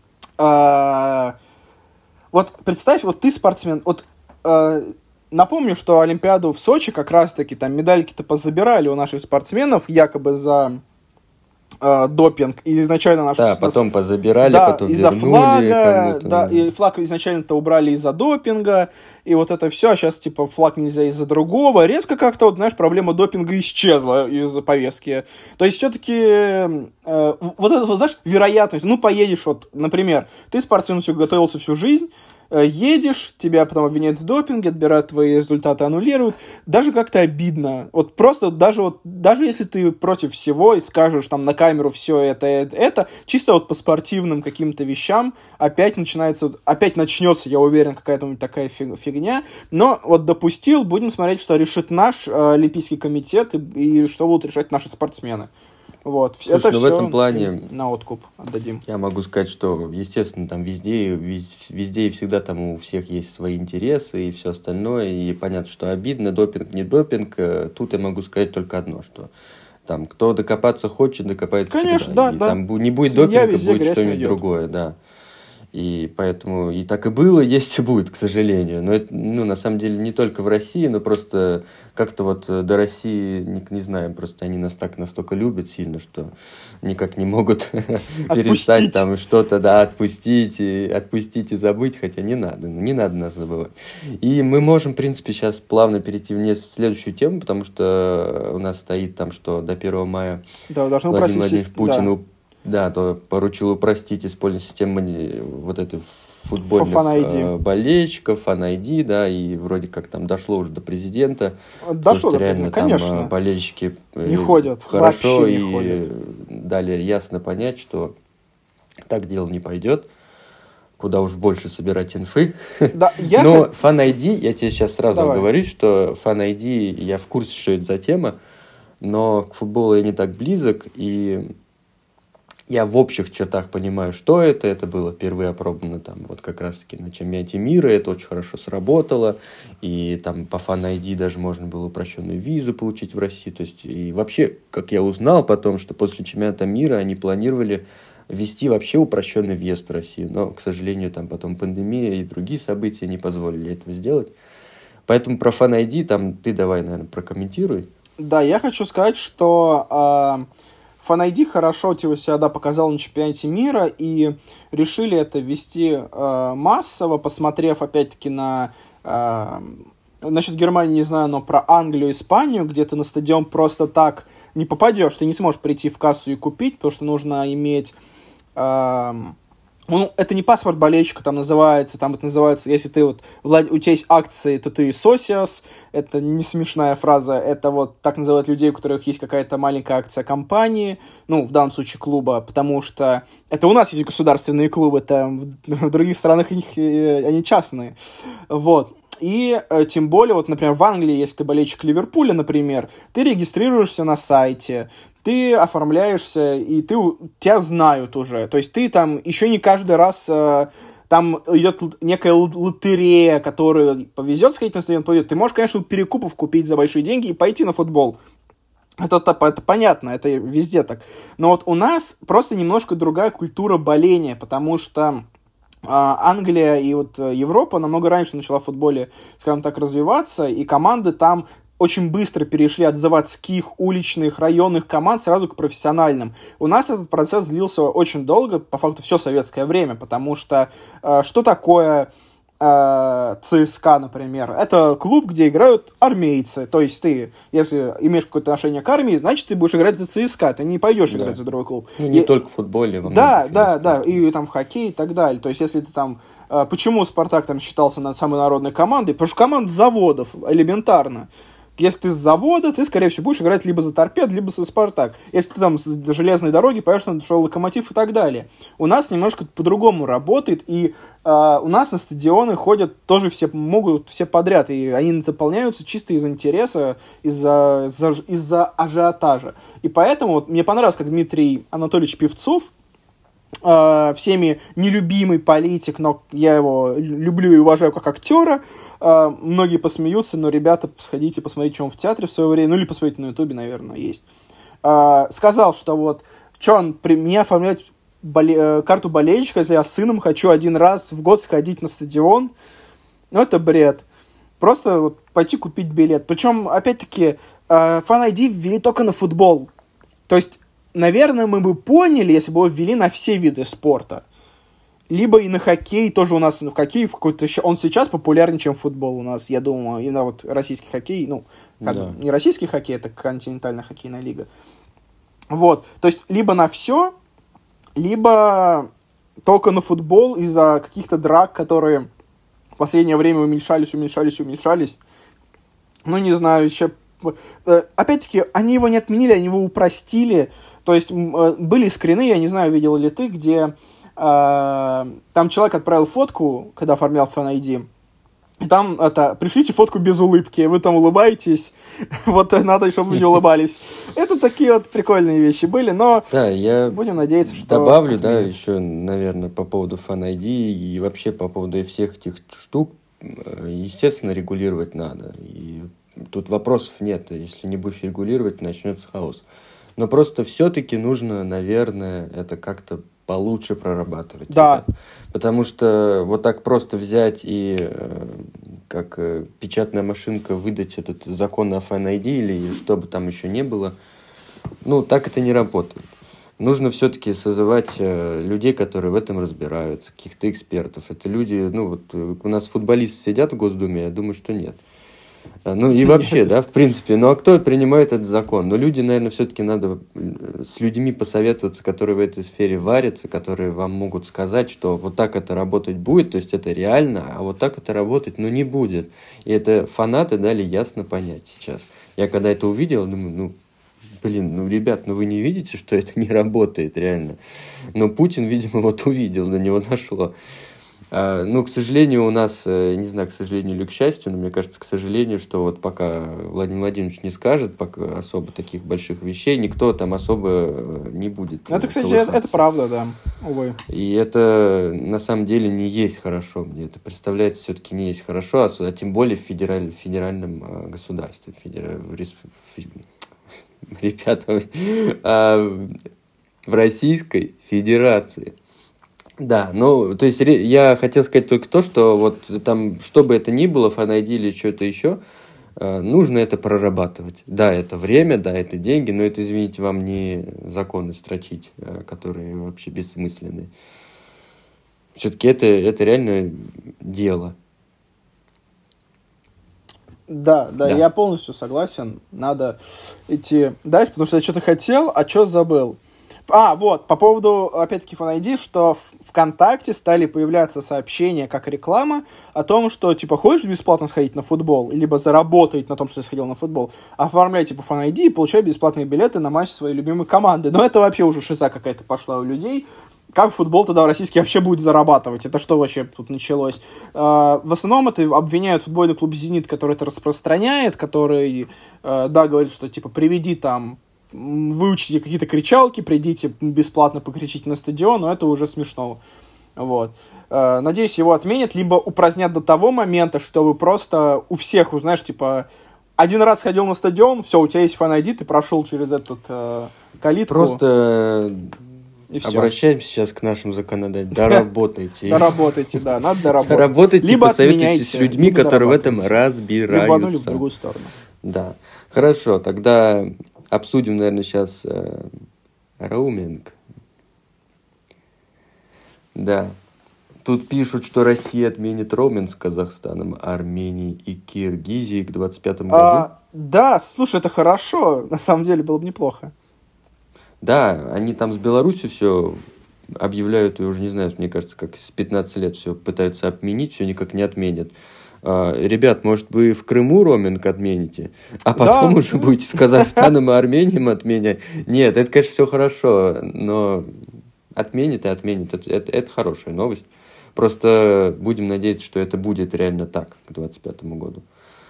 э, вот представь, вот ты спортсмен, вот э, напомню, что Олимпиаду в Сочи как раз-таки там медальки-то позабирали у наших спортсменов, якобы за э, допинг, и изначально наш... Да, потом нас... позабирали, да, потом из-за вернули флага, кому-то. Да, и флаг изначально-то убрали из-за допинга, и вот это все, а сейчас типа флаг нельзя из-за другого. Резко как-то, вот, знаешь, проблема допинга исчезла из повестки. То есть все-таки э, вот это, вот, знаешь, вероятность, ну, поедешь, вот, например, ты спортсмен, все готовился всю жизнь, едешь, тебя потом обвиняют в допинге, отбирают твои результаты, аннулируют. Даже как-то обидно. Вот просто даже, вот, даже если ты против всего и скажешь там на камеру все это, это, это, чисто вот по спортивным каким-то вещам опять начинается, опять начнется, я уверен, какая-то такая фигня. Но вот допустил, будем смотреть, что решит наш э, Олимпийский комитет и, и что будут решать наши спортсмены. Вот. Слушай, это ну все в этом плане на откуп отдадим. Я могу сказать, что, естественно, там везде, везде и всегда там у всех есть свои интересы и все остальное, и понятно, что обидно, допинг, не допинг. Тут я могу сказать только одно, что там кто докопаться хочет, докопается Конечно, всегда. Да, и да. Там не будет Семья допинга, будет что-нибудь найдет. другое, да. И поэтому и так и было, есть и будет, к сожалению. Но это, ну, на самом деле, не только в России, но просто как-то вот до России, не, не знаю, просто они нас так настолько любят сильно, что никак не могут перестать там что-то, да, отпустить и, отпустить и забыть, хотя не надо, не надо нас забывать. И мы можем, в принципе, сейчас плавно перейти в следующую тему, потому что у нас стоит там, что до первого мая да, должны Владимир Владимирович да. Путин Да, то поручил упростить использование системы вот этой футбольных э, болельщиков, Fan ай ди, да, и вроде как там дошло уже до президента. Дошло до реально президента, конечно. Там болельщики не ходят, хорошо не и ходят. Дали ясно понять, что так дело не пойдет. Куда уж больше собирать инфы. Да, я Но х... Fan ай ди, я тебе сейчас сразу Давай. говорю, что Fan ай ди, я в курсе, что это за тема, но к футболу я не так близок, и я в общих чертах понимаю, что это. Это было впервые опробовано там вот как раз-таки на чемпионате мира. Это очень хорошо сработало. И там по Fan ай ди даже можно было упрощенную визу получить в России. То есть, и вообще, как я узнал потом, что после чемпионата мира они планировали ввести вообще упрощенный въезд в Россию. Но, к сожалению, там потом пандемия и другие события не позволили этого сделать. Поэтому про Fan ай ди там ты давай, наверное, прокомментируй. Да, я хочу сказать, что... Э... Fan ай ди хорошо типа, себя да, показал на чемпионате мира, и решили это ввести э, массово, посмотрев, опять-таки, на... Э, насчет Германии не знаю, но про Англию, Испанию, где ты на стадион просто так не попадешь, ты не сможешь прийти в кассу и купить, потому что нужно иметь... Э, ну, это не паспорт болельщика, там называется, там это называется, если ты вот, у тебя есть акции, то ты socios, это не смешная фраза, это вот так называют людей, у которых есть какая-то маленькая акция компании, ну, в данном случае клуба, потому что это у нас есть государственные клубы, там в других странах их, они частные, вот. И э, тем более, вот, например, в Англии, если ты болельщик Ливерпуля, например, ты регистрируешься на сайте, ты оформляешься, и ты, тебя знают уже. То есть ты там еще не каждый раз... Э, там идет некая лотерея, которая повезет сходить на стадион, повезет. Ты можешь, конечно, перекупов купить за большие деньги и пойти на футбол. Это, это, это понятно, это везде так. Но вот у нас просто немножко другая культура боления, потому что... Англия и вот Европа намного раньше начала в футболе, скажем так, развиваться, и команды там очень быстро перешли от заводских, уличных, районных команд сразу к профессиональным. У нас этот процесс длился очень долго, по факту все советское время, потому что э, что такое э, ЦСКА, например? Это клуб, где играют армейцы, то есть ты, если имеешь какое-то отношение к армии, значит, ты будешь играть за ЦСКА, ты не пойдешь да. играть за другой клуб. Ну, не и... только в футболе. Во да, да, да, и там в хоккее и так далее. То есть, если ты там... Э, почему Спартак там считался над самой народной командой? Потому что команда заводов, элементарно. Если ты с завода, ты, скорее всего, будешь играть либо за Торпед, либо за Спартак. Если ты там с железной дороги, понимаешь, что Локомотив и так далее. У нас немножко по-другому работает, и э, у нас на стадионы ходят тоже все, могут все подряд, и они заполняются чисто из интереса, из-за, из-за, из-за ажиотажа. И поэтому вот, мне понравилось, как Дмитрий Анатольевич Певцов, э, всеми нелюбимый политик, но я его люблю и уважаю как актера. Uh, многие посмеются, но, ребята, сходите, посмотрите, что он в театре в свое время, ну или посмотрите на ютубе, наверное, есть. Uh, сказал, что вот, что он при мне оформлять боле- карту болельщика, если я с сыном хочу один раз в год сходить на стадион, ну это бред. Просто вот пойти купить билет. Причем, опять-таки, uh, Fan ай ди ввели только на футбол. То есть, наверное, мы бы поняли, если бы его ввели на все виды спорта. Либо и на хоккей, тоже у нас в хоккей в какой-то... Он сейчас популярнее, чем футбол у нас, я думаю. Именно вот российский хоккей, ну, как, да. не российский хоккей, это континентальная хоккейная лига. Вот, то есть, либо на все, либо только на футбол из-за каких-то драк, которые в последнее время уменьшались, уменьшались, уменьшались. Ну, не знаю, еще... Опять-таки, они его не отменили, они его упростили. То есть, были скрины, я не знаю, видел ли ты, где... Там человек отправил фотку, когда оформлял Fan ай ди, и там это, пришлите фотку без улыбки, вы там улыбаетесь, вот надо, чтобы вы не улыбались. Это такие вот прикольные вещи были, но да, я будем надеяться, что... Добавлю, да, еще, наверное, по поводу Fan ай ди и вообще по поводу всех этих штук, естественно, регулировать надо. И тут вопросов нет, если не будешь регулировать, начнется хаос. Но просто все-таки нужно, наверное, это как-то получше прорабатывать. Да. Ребят. Потому что вот так просто взять и э, как э, печатная машинка выдать этот закон о Fan ай ди или что бы там еще не было, ну, так это не работает. Нужно все-таки созывать э, людей, которые в этом разбираются, каких-то экспертов. Это люди, ну, вот у нас футболисты сидят в Госдуме, я думаю, что нет. Ну и вообще, да, в принципе. Ну а кто принимает этот закон? Ну люди, наверное, все-таки надо с людьми посоветоваться, которые в этой сфере варятся, которые вам могут сказать, что вот так это работать будет, то есть это реально, а вот так это работать, ну, не будет. И это фанаты дали ясно понять сейчас. Я когда это увидел, думаю, ну, блин, ну, ребят, ну вы не видите, что это не работает реально? Но Путин, видимо, вот увидел, до него дошло. А, ну, к сожалению, у нас, не знаю, к сожалению или к счастью, но мне кажется, к сожалению, что вот пока Владимир Владимирович не скажет пока особо таких больших вещей, никто там особо не будет. Это, кстати, это, это правда, да, увы. И это на самом деле не есть хорошо. Мне это представляется все-таки не есть хорошо, а, а тем более в, федераль, в федеральном а, государстве. Федераль, в респ... Фе... Ребята, а, в Российской Федерации. Да, ну, то есть я хотел сказать только то, что вот там, что бы это ни было, Fan ай ди или что-то еще, нужно это прорабатывать. Да, это время, да, это деньги, но это, извините, вам не законы строчить, которые вообще бессмысленны. Все-таки это, это реально дело. Да, да, да, я полностью согласен. Надо идти дальше, потому что я что-то хотел, а что забыл. А, вот, по поводу, опять-таки, Fan ай ди, что в ВКонтакте стали появляться сообщения, как реклама, о том, что, типа, хочешь бесплатно сходить на футбол, либо заработать на том, что ты сходил на футбол, оформляй, типа, Fan ай ди и получай бесплатные билеты на матч своей любимой команды. Но это вообще уже шиза какая-то пошла у людей. Как футбол тогда российский вообще будет зарабатывать? Это что вообще тут началось? В основном это обвиняют футбольный клуб «Зенит», который это распространяет, который, да, говорит, что, типа, приведи там, выучите какие-то кричалки, придите бесплатно покричите на стадион, но это уже смешно. Вот. Надеюсь, его отменят, либо упразднят до того момента, чтобы просто у всех, узнаешь, типа, один раз ходил на стадион, все, у тебя есть Fan ай ди, ты прошел через эту э, калитку. Просто обращаемся сейчас к нашим законодателям. Доработайте. Доработайте, да, надо доработать. Доработайте, посоветуйтесь с людьми, которые в этом разбираются. Рванули в другую сторону. Да. Хорошо, тогда обсудим, наверное, сейчас э, роуминг. Да. Тут пишут, что Россия отменит роуминг с Казахстаном, Арменией и Киргизией к двадцать пятому году. А, да, слушай, это хорошо. На самом деле было бы неплохо. Да, они там с Беларусью все объявляют, и уже не знаю, мне кажется, как с пятнадцати лет все пытаются отменить, все никак не отменят. Ребят, может, вы в Крыму роуминг отмените, а потом да. уже будете с Казахстаном и Арменией отменять? Нет, это, конечно, все хорошо, но отменит и отменит. Это, это, это хорошая новость. Просто будем надеяться, что это будет реально так к двадцать пятому году.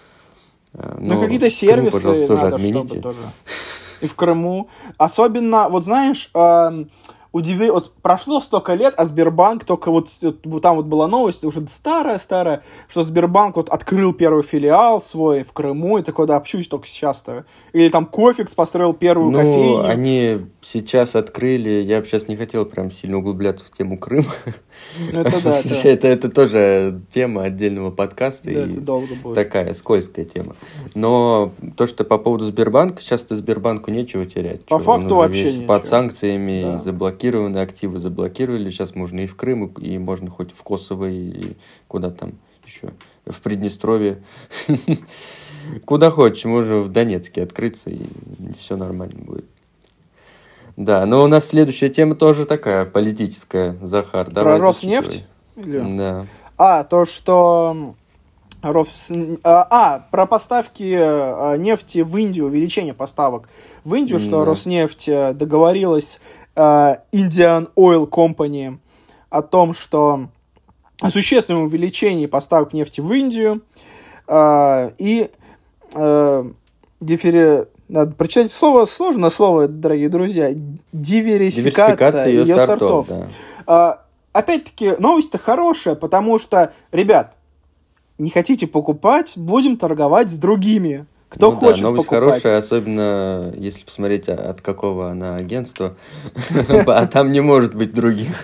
Но ну, какие-то сервисы Крыму, пожалуйста, тоже надо, отмените. Тоже. И в Крыму. Особенно, вот знаешь... Э- Удиви... Вот прошло столько лет, а Сбербанк только вот, вот там вот была новость, уже старая-старая, что Сбербанк вот открыл первый филиал свой в Крыму, и такой, да, почему только сейчас-то? Или там Кофикс построил первую ну, кофейню. Ну, они сейчас открыли, я бы сейчас не хотел прям сильно углубляться в тему Крыма. Это да, да. это, это тоже тема отдельного подкаста. Да, и это долго будет. Такая скользкая тема. Но то, что по поводу Сбербанка, сейчас-то Сбербанку нечего терять. По Чего? факту вообще нечего. Под санкциями, да. заблокированные активы заблокировали. Сейчас можно и в Крым, и можно хоть в Косово, и куда там еще, в Приднестровье. Куда хочешь, можно в Донецке открыться, и все нормально будет. Да, но у нас следующая тема тоже такая политическая, Захар. Про Роснефть? Или... Да. А, то, что... Рос... А, а, про поставки а, нефти в Индию, увеличение поставок в Индию, да. Что Роснефть договорилась а, Indian Oil Company о том, что о существенном увеличении поставок нефти в Индию а, и а, диффери... Надо прочитать слово, сложное слово, дорогие друзья. Диверсификация, Диверсификация ее, ее сортов. сортов. Да. А, опять-таки, новость-то хорошая, потому что, ребят, не хотите покупать, будем торговать с другими. Кто ну хочет да, новость покупать. Хорошая, особенно если посмотреть, от какого она агентства. А там не может быть других.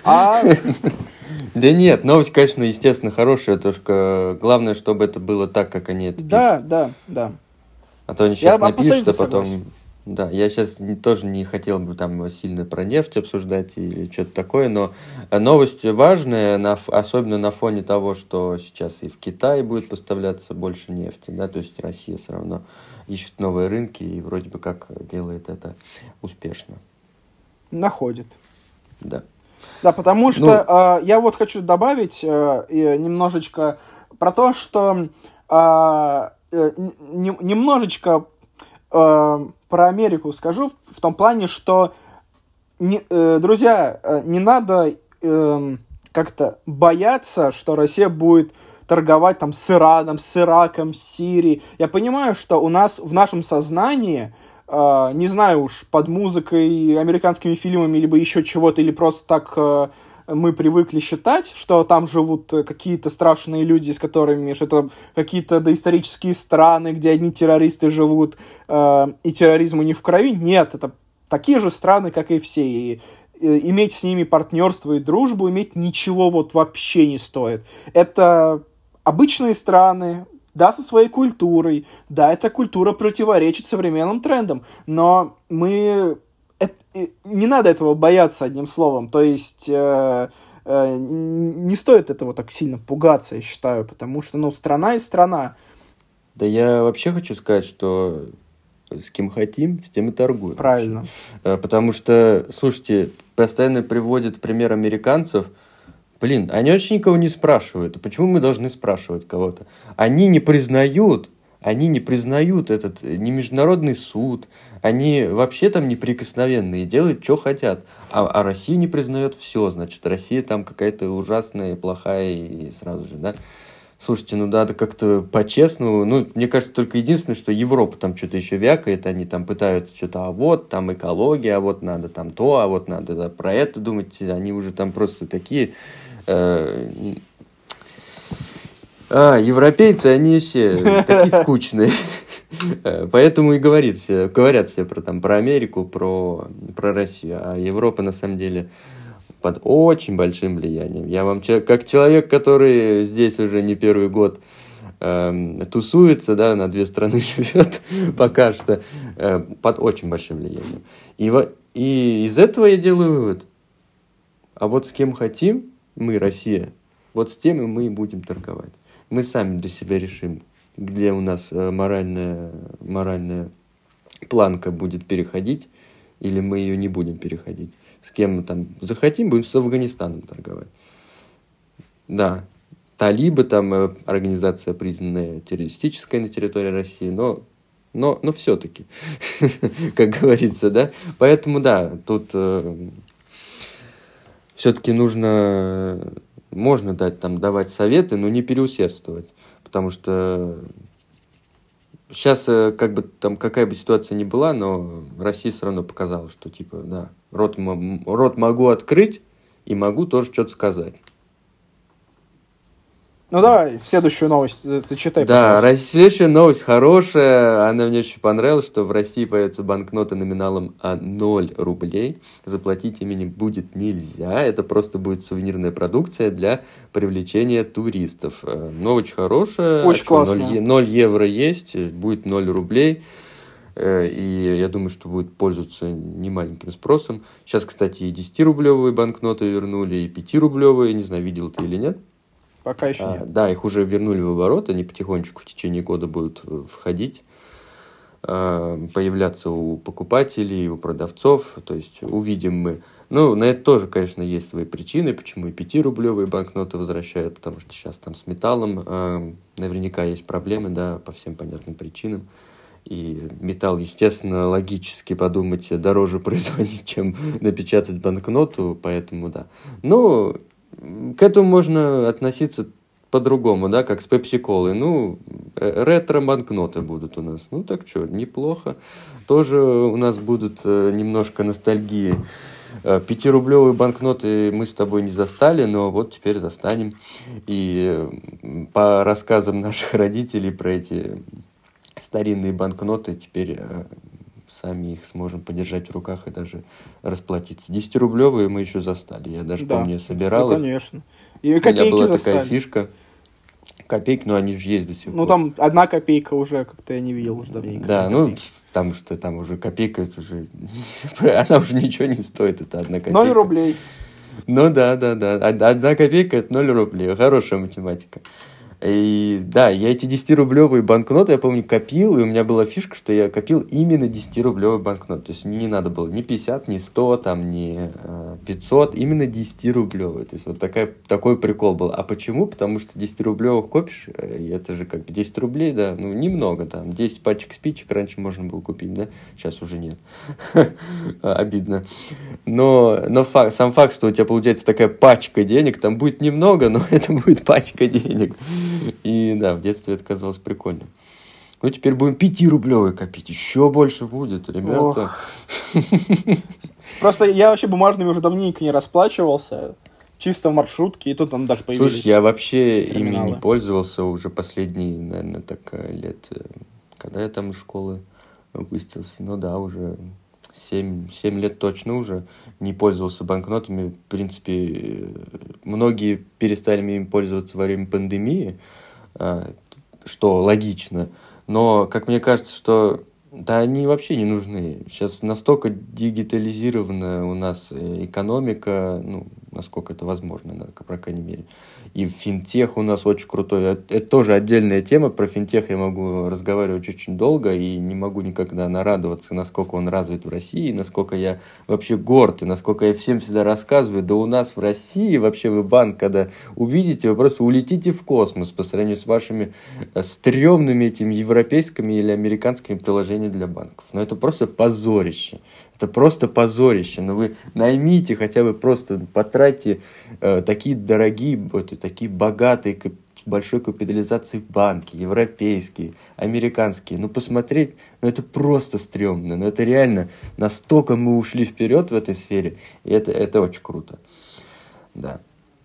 Да нет, новость, конечно, естественно, хорошая, только главное, чтобы это было так, как они это пишут. Да, да, да. А то они сейчас я напишут, а потом... Да, я сейчас тоже не хотел бы там сильно про нефть обсуждать или что-то такое, но новость важная, на, особенно на фоне того, что сейчас и в Китай будет поставляться больше нефти, да, то есть Россия все равно ищет новые рынки и вроде бы как делает это успешно. Находит. Да. Да, потому что ну, э, я вот хочу добавить э, немножечко про то, что э, э, не, немножечко э, про Америку скажу в, в том плане, что не, э, друзья, э, не надо э, как-то бояться, что Россия будет торговать там с Ираном, с Ираком, с Сирией. Я понимаю, что у нас в нашем сознании, э, не знаю уж, под музыкой, американскими фильмами, либо еще чего-то, или просто так э, мы привыкли считать, что там живут какие-то страшные люди, с которыми, что это какие-то доисторические страны, где одни террористы живут, э, и терроризму не в крови. Нет, это такие же страны, как и все. И, и иметь с ними партнерство и дружбу, иметь ничего вот вообще не стоит. Это обычные страны, да, со своей культурой, да, эта культура противоречит современным трендам, но мы... Это, не надо этого бояться, одним словом, то есть... Э, э, не стоит этого так сильно пугаться, я считаю, потому что, ну, страна и страна. Да я вообще хочу сказать, что с кем хотим, с тем и торгуем. Правильно. Потому что, слушайте, постоянно приводят пример американцев. Блин, они вообще никого не спрашивают. А почему мы должны спрашивать кого-то? Они не признают, они не признают этот не международный суд. Они вообще там неприкосновенные, делают, что хотят. А, а Россия не признает все. Значит, Россия там какая-то ужасная, плохая и сразу же, да? Слушайте, ну надо как-то по-честному. Ну, мне кажется, только единственное, что Европа там что-то еще вякает, они там пытаются что-то, а вот там экология, а вот надо там то, а вот надо да, про это думать. Они уже там просто такие... Э, а, европейцы, они все такие скучные. Поэтому и говорит все, говорят все про, там, про Америку, про, про Россию. А Европа, на самом деле... под очень большим влиянием. Я вам, как человек, который здесь уже не первый год э, тусуется, да, на две страны живет пока что, э, под очень большим влиянием. И, и из этого я делаю вывод. А вот с кем хотим, мы, Россия, вот с тем и мы и будем торговать. Мы сами для себя решим, где у нас моральная, моральная планка будет переходить, или мы ее не будем переходить. С кем мы там захотим, будем с Афганистаном торговать. Да, талибы, там организация, признанная террористической на территории России, но, но, но все-таки, как говорится, да. Поэтому, да, тут э, все-таки нужно, можно дать, там, давать советы, но не переусердствовать, потому что сейчас, как бы там какая бы ситуация ни была, но Россия все равно показала, что типа, да, рот, рот могу открыть и могу тоже что-то сказать. Ну давай, следующую новость зачитай, да, пожалуйста. следующая новость хорошая, она мне очень понравилась, что в России появятся банкноты номиналом ноль рублей. Заплатить ими будет нельзя, это просто будет сувенирная продукция для привлечения туристов. Но очень хорошая. Очень классно. ноль евро есть, будет ноль рублей. И я думаю, что будет пользоваться немаленьким спросом. Сейчас, кстати, и десятирублевые банкноты вернули, и пятирублевые, не знаю, видел ты или нет. Пока еще нет. А, да, их уже вернули в оборот, они потихонечку в течение года будут входить, а, появляться у покупателей, у продавцов, то есть увидим мы. Ну, на это тоже, конечно, есть свои причины, почему и пятирублевые банкноты возвращают, потому что сейчас там с металлом а, наверняка есть проблемы, да, по всем понятным причинам. И металл, естественно, логически подумать, дороже производить, чем напечатать банкноту, поэтому да. Но к этому можно относиться по-другому, да, как с пепси-колой. Ну, ретро-банкноты будут у нас. Ну, так что, неплохо. Тоже у нас будут немножко ностальгии. Пятирублевые банкноты мы с тобой не застали, но вот теперь застанем. И по рассказам наших родителей про эти старинные банкноты, теперь сами их сможем подержать в руках и даже расплатиться. десятирублевые мы еще застали. Я даже, да. помню, я собирал ну, конечно. И их. У меня была застали. такая фишка. Копейки, но они же есть до сих пор. Ну, там одна копейка уже, как-то я не видел уже давненько. Да, ну, потому что там уже копейка, это уже... она уже ничего не стоит, это одна копейка. Ноль рублей. Ну, да, да, да. Одна копейка – это ноль рублей. Хорошая математика. И да, я эти десятирублевые банкноты, я помню, копил, и у меня была фишка, что я копил именно десятирублевые банкноты. То есть мне не надо было ни пятьдесят, ни сто, там, ни пятьсот, именно десятирублевые. То есть вот такая, такой прикол был. А почему? Потому что десятирублевых копишь, и это же как бы десять рублей, да, ну немного там, десять пачек спичек раньше можно было купить, да, сейчас уже нет. Обидно. Но, но факт, сам факт, что у тебя получается такая пачка денег, там будет немного, но это будет пачка денег. И да, в детстве это казалось прикольным. Ну, теперь будем пятирублевые копить. Еще больше будет, ребята. Просто я вообще бумажными уже давненько не расплачивался. Чисто в маршрутке, и тут там даже появились. Слушай, я вообще терминалы. Ими не пользовался уже последние, наверное, так лет... Когда я там из школы выпустился? Ну да, уже... семь, семь лет точно уже не пользовался банкнотами. В принципе, многие перестали ими пользоваться во время пандемии. что логично. Но, как мне кажется, что да, они вообще не нужны. Сейчас настолько дигитализирована у нас экономика, ну, насколько это возможно, по крайней мере. И финтех у нас очень крутой. Это тоже отдельная тема. Про финтех я могу разговаривать очень долго и не могу никогда нарадоваться, насколько он развит в России, насколько я вообще горд, и насколько я всем всегда рассказываю. Да у нас в России вообще вы банк, когда увидите, вы просто улетите в космос по сравнению с вашими стрёмными этими европейскими или американскими приложениями для банков. Но это просто позорище. Это просто позорище. Но вы наймите, хотя бы просто потратьте э, такие дорогие, вот, такие богатые, с большой капитализацией банки, европейские, американские. Ну, посмотреть, ну, это просто стрёмно. Но это реально, настолько мы ушли вперед в этой сфере, и это, это очень круто. Да.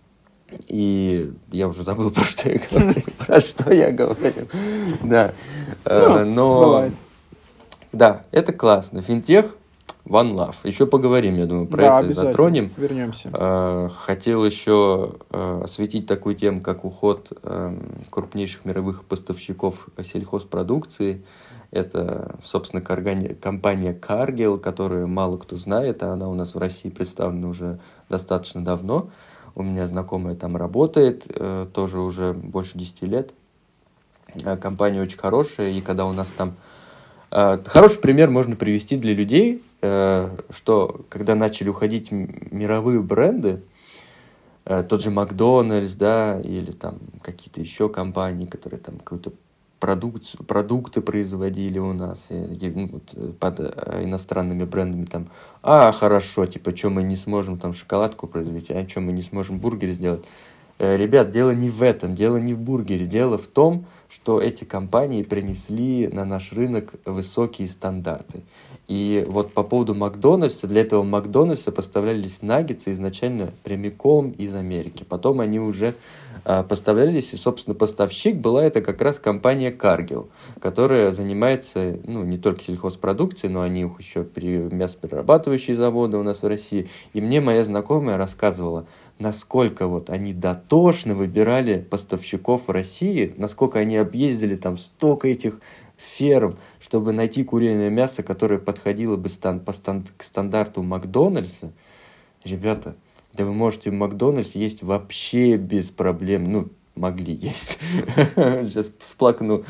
И я уже забыл, про что я говорил. Про что я говорил. Да. Но... Да, это классно. Финтех, one love. Еще поговорим, я думаю, про да, это затронем. Вернемся. Хотел еще осветить такую тему, как уход крупнейших мировых поставщиков сельхозпродукции. Это, собственно, компания Cargill, которую мало кто знает, а она у нас в России представлена уже достаточно давно. У меня знакомая там работает, тоже уже больше десяти лет. Компания очень хорошая, и когда у нас там... Хороший пример можно привести для людей, что когда начали уходить мировые бренды, тот же Макдональдс, да, или там какие-то еще компании, которые там какую-то продукцию, продукты производили у нас и, ну, вот, под иностранными брендами, там, а, хорошо, типа, что мы не сможем там шоколадку произвести, а что мы не сможем бургер сделать. Ребят, дело не в этом, дело не в бургере, дело в том, что эти компании принесли на наш рынок высокие стандарты. И вот по поводу Макдональдса, для этого Макдональдса поставлялись наггетсы изначально прямиком из Америки. Потом они уже а, поставлялись, и, собственно, поставщик была это как раз компания Cargill, которая занимается, ну, не только сельхозпродукцией, но они их еще при мясоперерабатывающие заводы у нас в России. И мне моя знакомая рассказывала, насколько вот они дотошно выбирали поставщиков в России, насколько они объездили там столько этих ферм, чтобы найти куриное мясо, которое подходило бы стан, по стан, к стандарту Макдональдса. Ребята, да вы можете в Макдональдс есть вообще без проблем. Ну, могли есть. Сейчас всплакну.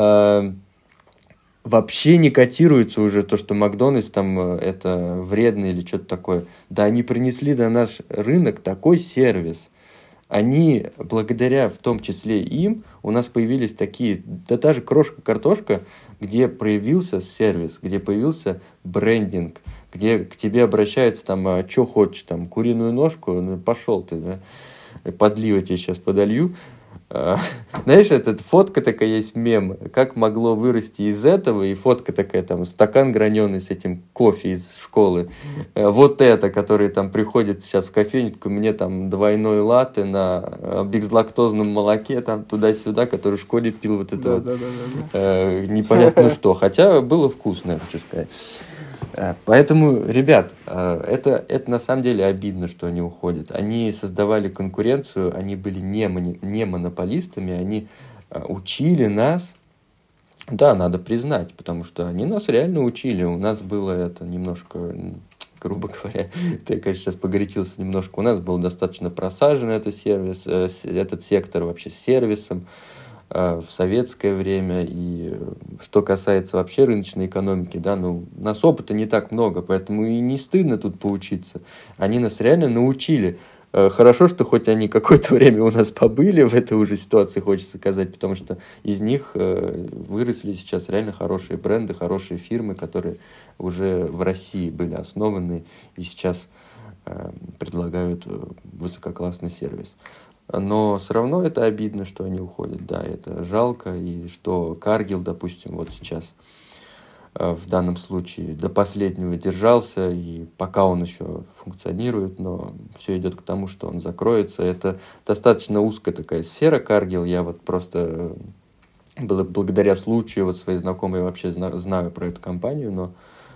Вообще не котируется уже то, что Макдональдс там это вредно или что-то такое. Да, они принесли на наш рынок такой сервис. Они, благодаря в том числе им, у нас появились такие, да та же крошка-картошка, где проявился сервис, где появился брендинг, где к тебе обращаются там, а что хочешь, там, куриную ножку, ну, пошел ты, да, подливу тебе сейчас подолью. Знаешь, эта фотка такая есть, мем, как могло вырасти из этого, и фотка такая, там, стакан граненый с этим кофе из школы. Вот это, который там приходит сейчас в кофейню, мне там двойной латте на безлактозном молоке, там, туда-сюда, который в школе пил вот это да, да, да, да. Э, непонятно что. Хотя было вкусно, я хочу сказать. Поэтому, ребят, это, это на самом деле обидно, что они уходят. Они создавали конкуренцию, они были не, мони, не монополистами, они учили нас. Да, надо признать, потому что они нас реально учили. У нас было это немножко, грубо говоря, это я, конечно, сейчас погорячился немножко. У нас был достаточно просажен этот сервис, этот сектор вообще с сервисом в советское время. И что касается вообще рыночной экономики, да, ну, у нас опыта не так много, поэтому и не стыдно тут поучиться. Они нас реально научили. Хорошо, что хоть они какое-то время у нас побыли в этой уже ситуации, хочется сказать, потому что из них выросли сейчас реально хорошие бренды, хорошие фирмы, которые уже в России были основаны и сейчас предлагают высококлассный сервис. Но все равно это обидно, что они уходят, да, это жалко, и что Cargill, допустим, вот сейчас в данном случае до последнего держался, и пока он еще функционирует, но все идет к тому, что он закроется. Это достаточно узкая такая сфера Cargill, я вот просто благодаря случаю вот своей знакомой вообще знаю про эту компанию, но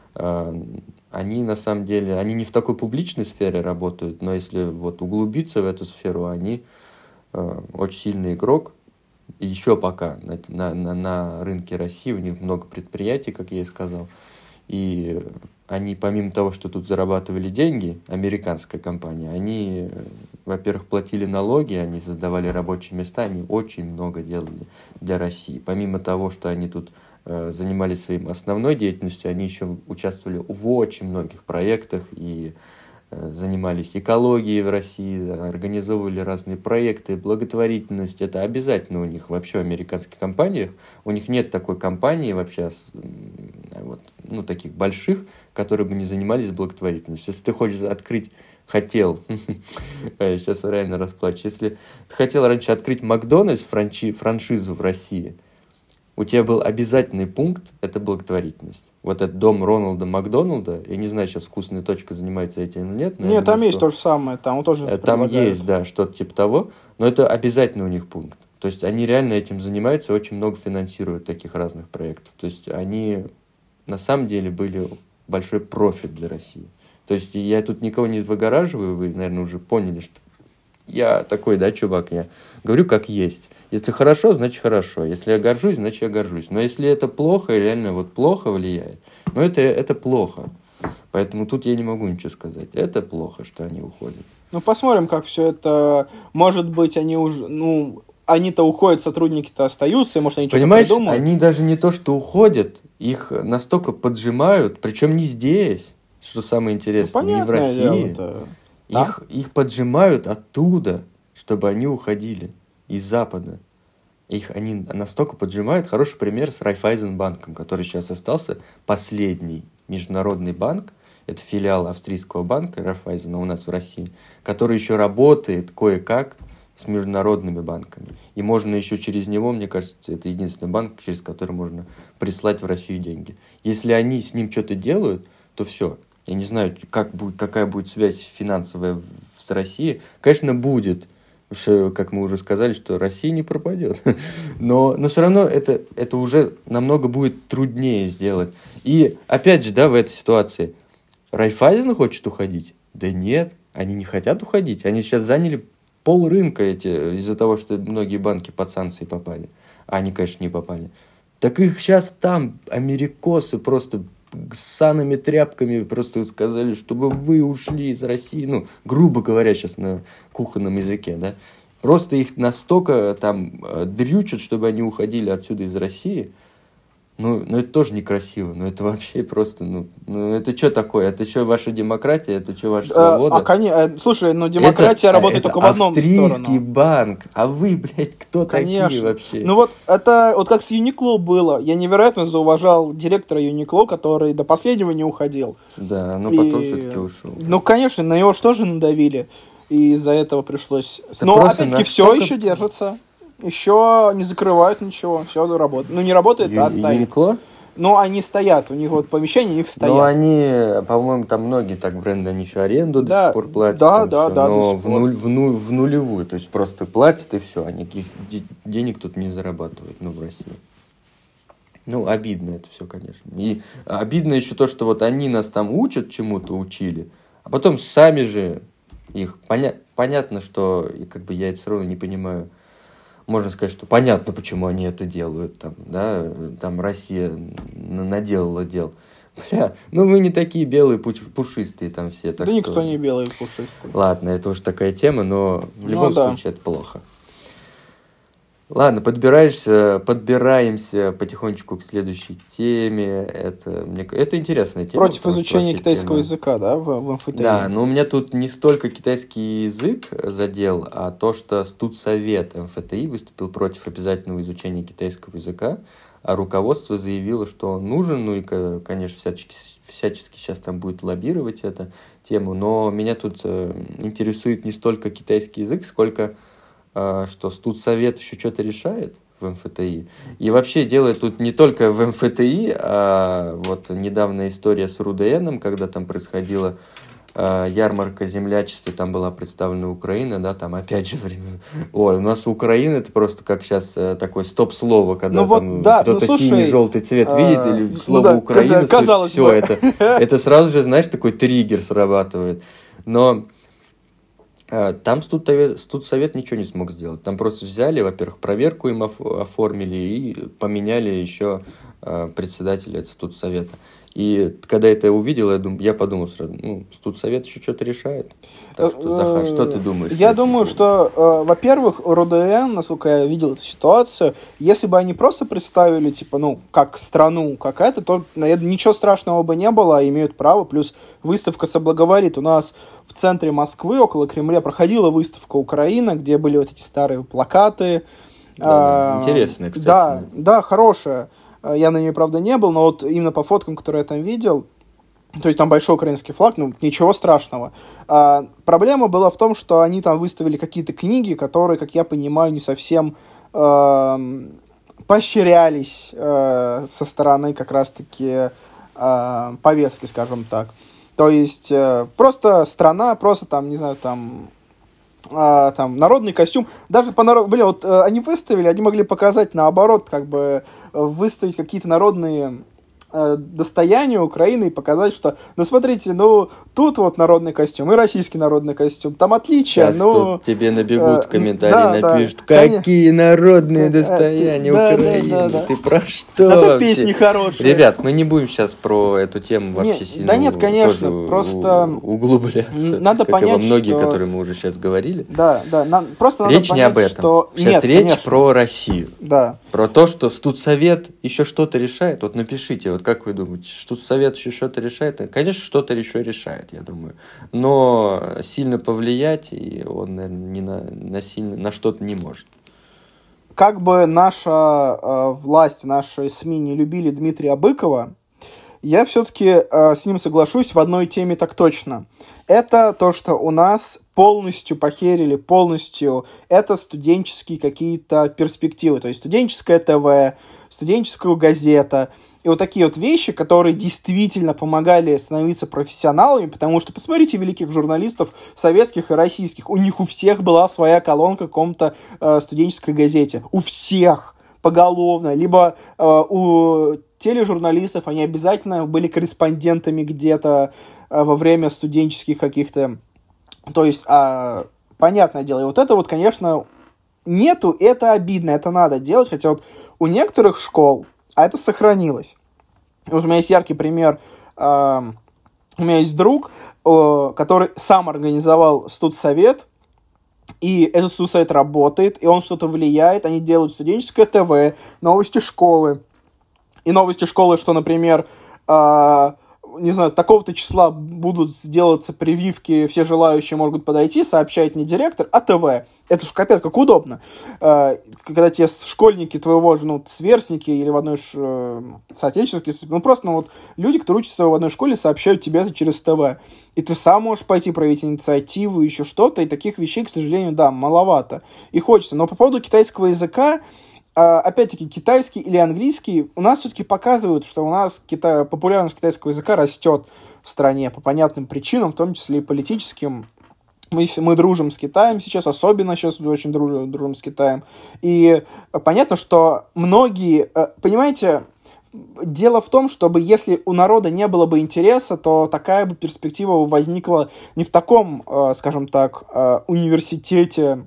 они на самом деле, они не в такой публичной сфере работают, но если вот углубиться в эту сферу, они очень сильный игрок, еще пока на, на, на, на рынке России, у них много предприятий, как я и сказал, и они, помимо того, что тут зарабатывали деньги, американская компания, они, во-первых, платили налоги, они создавали рабочие места, они очень много делали для России. Помимо того, что они тут э, занимались своей основной деятельностью, они еще участвовали в очень многих проектах и э, занимались экологией в России, организовывали разные проекты, благотворительность. Это обязательно у них вообще в американских компаниях. У них нет такой компании вообще, вот, ну, таких больших, которые бы не занимались благотворительностью. Если ты хочешь открыть, хотел, сейчас реально расплачусь, если ты хотел раньше открыть Макдональдс, франчи, франшизу в России, у тебя был обязательный пункт, это благотворительность. Вот этот дом Роналда Макдональда, я не знаю, сейчас вкусная точка занимается этим или нет. Но нет, думаю, там есть то же самое, там тоже это там есть, да, что-то типа того, но это обязательно у них пункт. То есть они реально этим занимаются, очень много финансируют таких разных проектов. То есть они на самом деле были большой профит для России. То есть я тут никого не выгораживаю, вы, наверное, уже поняли, что я такой, да, чувак, я говорю как есть. Если хорошо, значит хорошо. Если я горжусь, значит я горжусь. Но если это плохо, реально вот плохо влияет, ну это, это плохо. Поэтому тут я не могу ничего сказать. Это плохо, что они уходят. Ну, посмотрим, как все это... Может быть, они уже... Ну, они-то уходят, сотрудники-то остаются, и, может, они что-то придумают. Понимаешь, они даже не то, что уходят, их настолько поджимают, причем не здесь, что самое интересное, ну, не в России. Дело, их, да? Их поджимают оттуда, чтобы они уходили, из Запада. Их они настолько поджимают. Хороший пример с Райффайзенбанком, который сейчас остался последний международный банк. Это филиал австрийского банка Райффайзена у нас в России, который еще работает кое-как с международными банками. И можно еще через него, мне кажется, это единственный банк, через который можно прислать в Россию деньги. Если они с ним что-то делают, то все. Я не знаю, как будет, какая будет связь финансовая с Россией. Конечно, будет. Потому что, как мы уже сказали, что Россия не пропадет. Но, но все равно это, это уже намного будет труднее сделать. И опять же, да, в этой ситуации Райффайзен хочет уходить? Да нет, они не хотят уходить. Они сейчас заняли пол рынка эти, из-за того, что многие банки под санкции попали. А они, конечно, не попали. Так их сейчас там америкосы просто с санными тряпками просто сказали, чтобы вы ушли из России. Ну, грубо говоря, сейчас на кухонном языке, да. Просто их настолько там дрючат, чтобы они уходили отсюда из России. Ну, ну, это тоже некрасиво. Ну, это вообще просто, ну, ну это что такое? Это что, ваша демократия? Это что, ваша свобода? А, а конечно, слушай, ну, демократия это, работает это только в одном сторону. Австрийский банк. А вы, блядь, кто конечно. Такие вообще? Ну, вот это, вот как с Юникло было. Я невероятно зауважал директора Юникло, который до последнего не уходил. Да, но потом и... все-таки ушел. Ну, конечно, на него же тоже надавили. И из-за этого пришлось... Это но, опять-таки, настолько... все еще держится. Еще не закрывают ничего, все работает. Ну, не работает, Ю- а стоит. Юникло? Но они стоят, у них вот помещения, у них стоят. Ну, они, по-моему, там многие так бренды, они еще аренду да, до сих пор платят. Да, да, все, да, но в, нуль, в, нуль, в нулевую, то есть просто платят и все, а никаких де- денег тут не зарабатывают, ну, в России. Ну, обидно это все, конечно. И обидно еще то, что вот они нас там учат, чему-то учили, а потом сами же их... Поня- понятно, что как бы я это все равно не понимаю. Можно сказать, что понятно, почему они это делают. Там, да, там Россия наделала дел. Бля, ну вы не такие белые, пушистые там все. Так да что... никто не белый пушистый. Ладно, это уж такая тема, но в любом ну, да. случае это плохо. Ладно, подбираешься, подбираемся потихонечку к следующей теме. Это, мне, это интересная тема. Против изучения китайского тема. языка, да, в, в эм эф тэ и? Да, но у меня тут не столько китайский язык задел, а то, что студсовет эм эф тэ и выступил против обязательного изучения китайского языка, а руководство заявило, что он нужен, ну и, конечно, всячески, всячески сейчас там будет лоббировать эту тему, но меня тут э, интересует не столько китайский язык, сколько... что студсовет еще что-то решает в эм эф тэ и. И вообще делает тут не только в эм эф тэ и, а вот недавняя история с эр у дэ эном, когда там происходила а, ярмарка землячества, там была представлена Украина, да, там опять же время. Ой, у нас Украина это просто как сейчас такое стоп-слово, когда ну, там вот, да, кто-то ну, синий, желтый цвет а, видит, или слово ну, да, Украина, слышит, все, это, это сразу же, знаешь, такой триггер срабатывает. Но А, Там студсовет, студсовет ничего не смог сделать. Там просто взяли, во-первых, проверку им оф- оформили и поменяли еще а, председателя от студсовета. И когда это я увидел, я, дум, я подумал сразу, ну, студсовет еще что-то решает. Так что, Захар, что ты думаешь? Я думаю, что, э, во-первых, РОДН, насколько я видел эту ситуацию, если бы они просто представили, типа, ну, как страну, как это, то, наверное, ничего страшного бы не было, а имеют право. Плюс выставка соблаговорит. У нас в центре Москвы, около Кремля, проходила выставка Украина, где были вот эти старые плакаты. Да, а, да, интересная, кстати. Да, да, хорошая. Я на ней, правда, не был, но вот именно по фоткам, которые я там видел, то есть там большой украинский флаг, ну, ничего страшного. А, проблема была в том, что они там выставили какие-то книги, которые, как я понимаю, не совсем э, поощрялись э, со стороны как раз-таки э, повестки, скажем так. То есть э, просто страна, просто там, не знаю, там... А, там, народный костюм, даже по народу, блин, вот э, они выставили, они могли показать наоборот, как бы э, выставить какие-то народные э, достояния Украины и показать, что, ну, смотрите, ну, тут вот народный костюм и российский народный костюм, там отличия, Сейчас ну... тут тебе набегут э, комментарии, да, напишут, да, какие народные э, достояния э, да, Украины, да, да, да. ты про что Зато вообще? песни хорошие. Ребят, мы не будем сейчас про эту тему вообще Не, сильно да нет, конечно, тоже просто у- углубляться, надо как и во понять, многие, что- которые мы уже сейчас говорили. Да, да, на- просто надо Речь не понять, об этом. что... Сейчас Нет, речь конечно. про Россию. Да. Про то, что студсовет еще что-то решает. Вот напишите, вот как вы думаете, студсовет еще что-то решает? Конечно, что-то еще решает, я думаю. Но сильно повлиять и он, наверное, не на, на, сильно, на что-то не может. Как бы наша э, власть, наши СМИ не любили Дмитрия Быкова, я все-таки э, с ним соглашусь в одной теме так точно. Это то, что у нас полностью похерили, полностью это студенческие какие-то перспективы. То есть студенческое ТВ, студенческая газета. И вот такие вот вещи, которые действительно помогали становиться профессионалами, потому что, посмотрите, великих журналистов советских и российских, у них у всех была своя колонка в каком-то э, студенческой газете. У всех поголовно. Либо э, у тележурналистов они обязательно были корреспондентами где-то э, во время студенческих каких-то... То есть, э, понятное дело, и вот это вот, конечно, нету, это обидно, это надо делать, хотя вот у некоторых школ, а это сохранилось. Вот у меня есть яркий пример. Э, у меня есть друг, э, который сам организовал студсовет, и этот студсовет работает, и он что-то влияет, они делают студенческое ТВ, новости школы. И новости школы, что, например, э, не знаю, такого-то числа будут сделаться прививки, все желающие могут подойти, сообщает не директор, а ТВ. Это же капец, как удобно. Э, когда те школьники твоего же, ну, сверстники или в одной ш... э, соотечественнике, ну, просто, ну, вот, люди, которые учатся в одной школе, сообщают тебе это через ТВ. И ты сам можешь пойти проявить инициативу, еще что-то, и таких вещей, к сожалению, да, маловато. И хочется. Но по поводу китайского языка, опять-таки, китайский или английский у нас все-таки показывают, что у нас кита... популярность китайского языка растет в стране по понятным причинам, в том числе и политическим. Мы, мы дружим с Китаем сейчас, особенно сейчас очень дружим, дружим с Китаем. И понятно, что многие... Понимаете, дело в том, чтобы если у народа не было бы интереса, то такая бы перспектива возникла не в таком, скажем так, университете,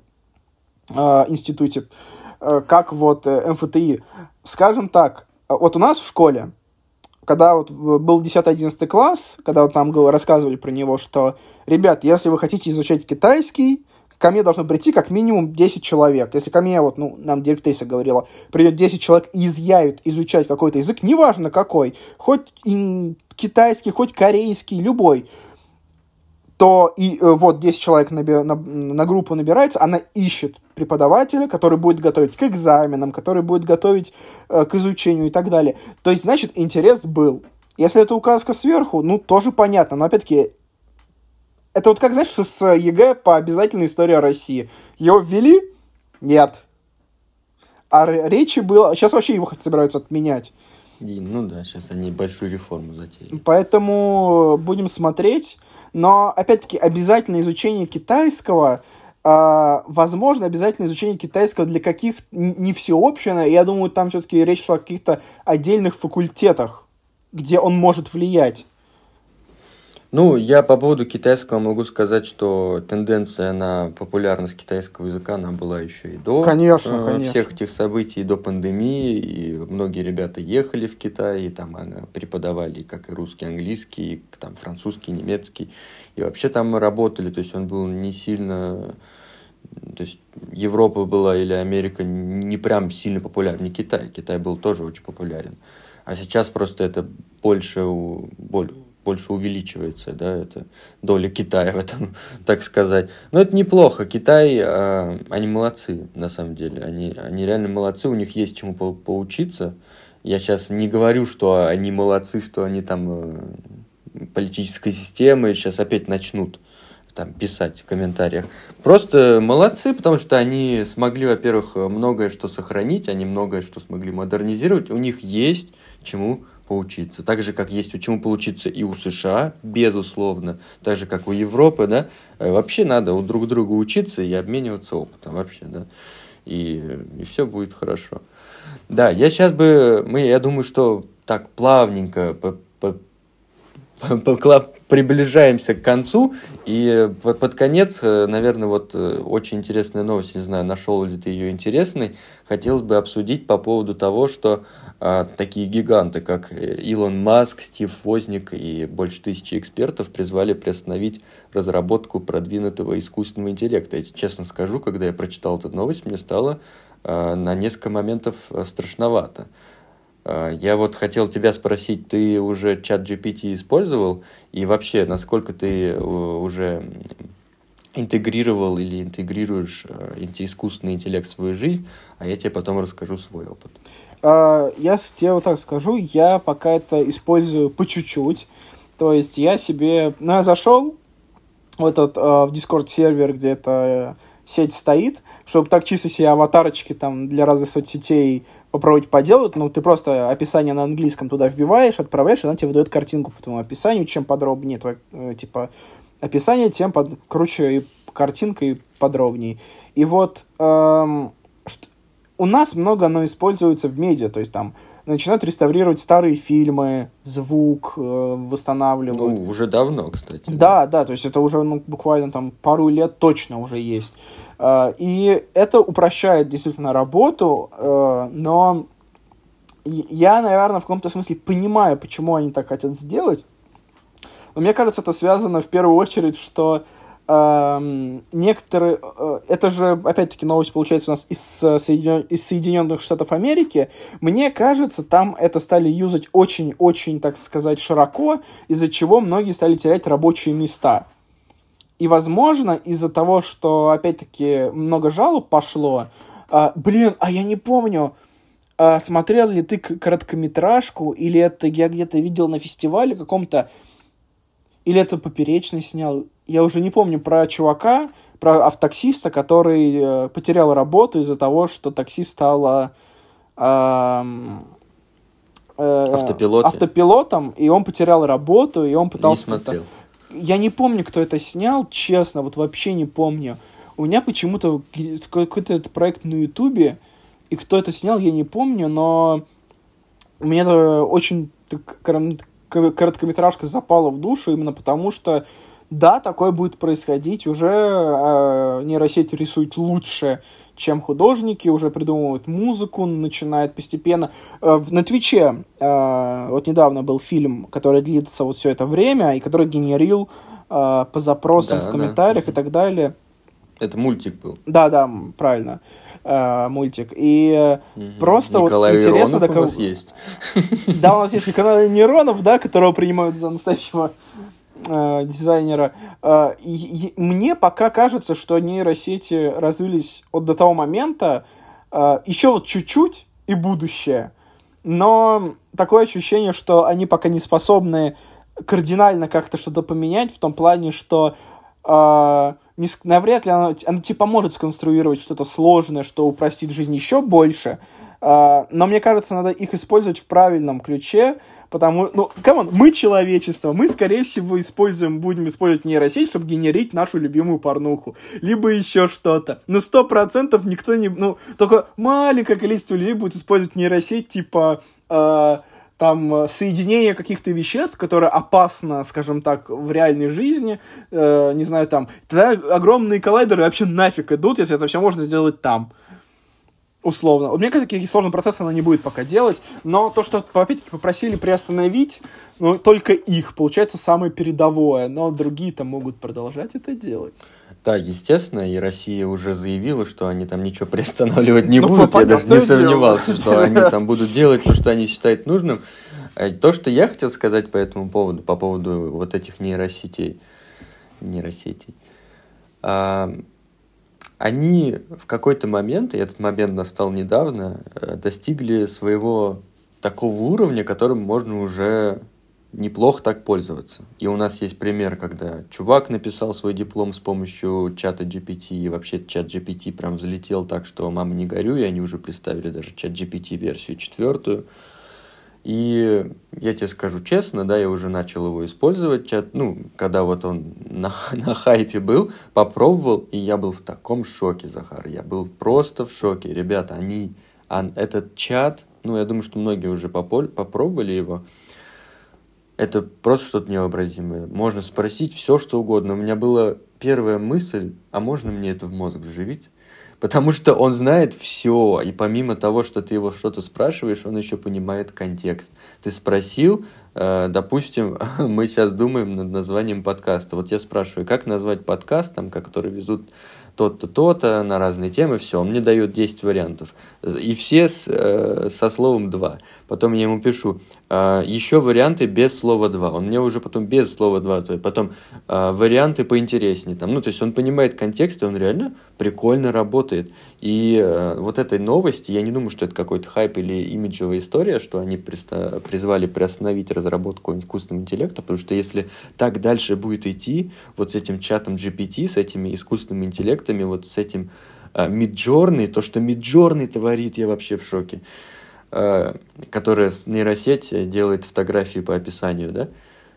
институте, как вот эм эф тэ и. Скажем так, вот у нас в школе, когда вот был десятый-одиннадцатый класс, когда вот нам рассказывали про него, что, ребят, если вы хотите изучать китайский, ко мне должно прийти как минимум десять человек. Если ко мне, вот, ну, нам директриса говорила, придет десять человек и изъявит изучать какой-то язык, неважно какой, хоть китайский, хоть корейский, любой, то и э, вот десять человек на, на, на группу набирается, она ищет преподавателя, который будет готовить к экзаменам, который будет готовить э, к изучению и так далее. То есть, значит, интерес был. Если это указка сверху, ну, тоже понятно. Но, опять-таки, это вот как, знаешь, с ЕГЭ по обязательной истории России. Его ввели? Нет. А речи было... Сейчас вообще его собираются отменять. И, ну да, сейчас они большую реформу затеяли. Поэтому будем смотреть. Но, опять-таки, обязательное изучение китайского, э, возможно, обязательное изучение китайского для каких не всеобщее. Я думаю, там все-таки речь шла о каких-то отдельных факультетах, где он может влиять. Ну, я по поводу китайского могу сказать, что тенденция на популярность китайского языка, она была еще и до Конечно, э, конечно. всех этих событий, и до пандемии, и многие ребята ехали в Китай, и там э, преподавали как и русский, английский, и, там французский, немецкий, и вообще там работали, то есть он был не сильно... То есть Европа была или Америка не прям сильно популярна, не Китай, Китай был тоже очень популярен. А сейчас просто это больше... более больше увеличивается, да, это доля Китая в этом, так сказать. Но это неплохо. Китай, э, они молодцы, на самом деле. Они, они реально молодцы, у них есть чему по- поучиться. Я сейчас не говорю, что они молодцы, что они там э, политической системы сейчас опять начнут там писать в комментариях. Просто молодцы, потому что они смогли, во-первых, многое что сохранить, они многое что смогли модернизировать. У них есть чему поучиться. Так же, как есть у чему поучиться и у США, безусловно. Так же, как у Европы, да. Вообще надо у друг друга учиться и обмениваться опытом вообще, да. И, и все будет хорошо. Да, я сейчас бы, мы, я думаю, что так плавненько по, по, по, по, приближаемся к концу. И под, под конец, наверное, вот очень интересная новость, не знаю, нашел ли ты ее интересной, хотелось бы обсудить по поводу того, что а, такие гиганты, как Илон Маск, Стив Возник и больше тысячи экспертов призвали приостановить разработку продвинутого искусственного интеллекта. Я честно скажу, когда я прочитал эту новость, мне стало а, на несколько моментов страшновато. А, я вот хотел тебя спросить, ты уже чат джи пи ти использовал? И вообще, насколько ты уже интегрировал или интегрируешь искусственный интеллект в свою жизнь, а я тебе потом расскажу свой опыт. Я тебе вот так скажу, я пока это использую по чуть-чуть. То есть я себе... Ну, я зашел в этот в Discord-сервер, где эта сеть стоит, чтобы так чисто себе аватарочки там для разных соцсетей попробовать поделать. Ну, ты просто описание на английском туда вбиваешь, отправляешь, и она тебе выдает картинку по твоему описанию. Чем подробнее твое, типа, описание, тем под... круче и картинка, и подробнее. И вот эм, что... у нас много оно используется в медиа, то есть там начинают реставрировать старые фильмы, звук э, восстанавливают. Ну, уже давно, кстати. Да, да, то есть это уже ну, буквально там пару лет точно уже есть. Э, и это упрощает действительно работу, э, но я, наверное, в каком-то смысле понимаю, почему они так хотят сделать. Но мне кажется, это связано в первую очередь, что э, некоторые... Э, это же, опять-таки, новость получается у нас из, Соединен... из Соединенных Штатов Америки. Мне кажется, там это стали юзать очень-очень, так сказать, широко, из-за чего многие стали терять рабочие места. И, возможно, из-за того, что, опять-таки, много жалоб пошло... Э, блин, а я не помню... А смотрел ли ты короткометражку, или это я где-то видел на фестивале каком-то, или это Поперечный снял, я уже не помню, про чувака, про автоксиста, который э, потерял работу из-за того, что такси стало э, э, автопилотом, и он потерял работу, и он пытался... Не смотрел. Я не помню, кто это снял, честно, вот вообще не помню. У меня почему-то какой-то этот проект на Ютубе, и кто это снял, я не помню, но мне это очень короткометражка запала в душу, именно потому что, да, такое будет происходить, уже э, нейросеть рисует лучше, чем художники, уже придумывают музыку, начинает постепенно... Э, на Твиче э, вот недавно был фильм, который длится вот все это время, и который генерил э, по запросам да, в комментариях да. и так далее. Это мультик был. Да, да, правильно. Э, мультик. И угу. просто Николай вот интересно... Иронов так... у нас есть. Да, у нас есть Николай Иронов, да, которого принимают за настоящего э, дизайнера. Э, и, и, мне пока кажется, что нейросети развились вот до того момента, э, еще вот чуть-чуть и будущее. Но такое ощущение, что они пока не способны кардинально как-то что-то поменять, в том плане, что... Э, Не, навряд ли оно, оно типа может сконструировать что-то сложное, что упростит жизнь еще больше, э, но мне кажется, надо их использовать в правильном ключе, потому, ну, камон, мы человечество, мы, скорее всего, используем, будем использовать нейросеть, чтобы генерить нашу любимую порнуху, либо еще что-то, но сто процентов никто не, ну, только маленькое количество людей будет использовать нейросеть, типа, э, там соединение каких-то веществ, которые опасно, скажем так, в реальной жизни, э, не знаю, там, тогда огромные коллайдеры вообще нафиг идут, если это все можно сделать там. Условно. Вот мне кажется, такие сложные процессы она не будет пока делать, но то, что опять-таки попросили приостановить, ну, только их, получается, самое передовое, но другие там могут продолжать это делать. Да, естественно, и Россия уже заявила, что они там ничего приостанавливать не Ну, будут. Я даже не понятное сомневался, дело. что они там будут делать то, что они считают нужным. А То, что я хотел сказать по этому поводу, по поводу вот этих нейросетей, нейросетей, а, они в какой-то момент, и этот момент настал недавно, э, достигли своего такого уровня, которым можно уже неплохо так пользоваться. И у нас есть пример, когда чувак написал свой диплом с помощью чата джи пи ти, и вообще чат джи пи ти прям взлетел так, что мама не горюй, и они уже представили даже чат джи пи ти версию четвертую. И я тебе скажу честно, да, я уже начал его использовать, чат, ну, когда вот он на, на хайпе был, попробовал, и я был в таком шоке, Захар, я был просто в шоке. Ребята, они, он, этот чат, ну, я думаю, что многие уже попол- попробовали его, это просто что-то невообразимое. Можно спросить все, что угодно. У меня была первая мысль, а можно мне это в мозг вживить? Потому что он знает все, и помимо того, что ты его что-то спрашиваешь, он еще понимает контекст. Ты спросил, э, допустим, мы сейчас думаем над названием подкаста. Вот я спрашиваю, как назвать подкаст, там, который везут то-то, то-то на разные темы, все, он мне дает десять вариантов. И все с, э, со словом «два». Потом я ему пишу, э, еще варианты без слова «два». Он мне уже потом без слова «два». Потом э, варианты поинтереснее. Там. Ну, то есть он понимает контекст, и он реально прикольно работает. И э, вот этой новости, я не думаю, что это какой-то хайп или имиджевая история, что они приста- призвали приостановить разработку искусственного интеллекта, потому что если так дальше будет идти, вот с этим чатом джи пи ти, с этими искусственными интеллектами, вот с этим э, Midjourney, то, что Midjourney творит, я вообще в шоке, э, которая нейросеть делает фотографии по описанию, да,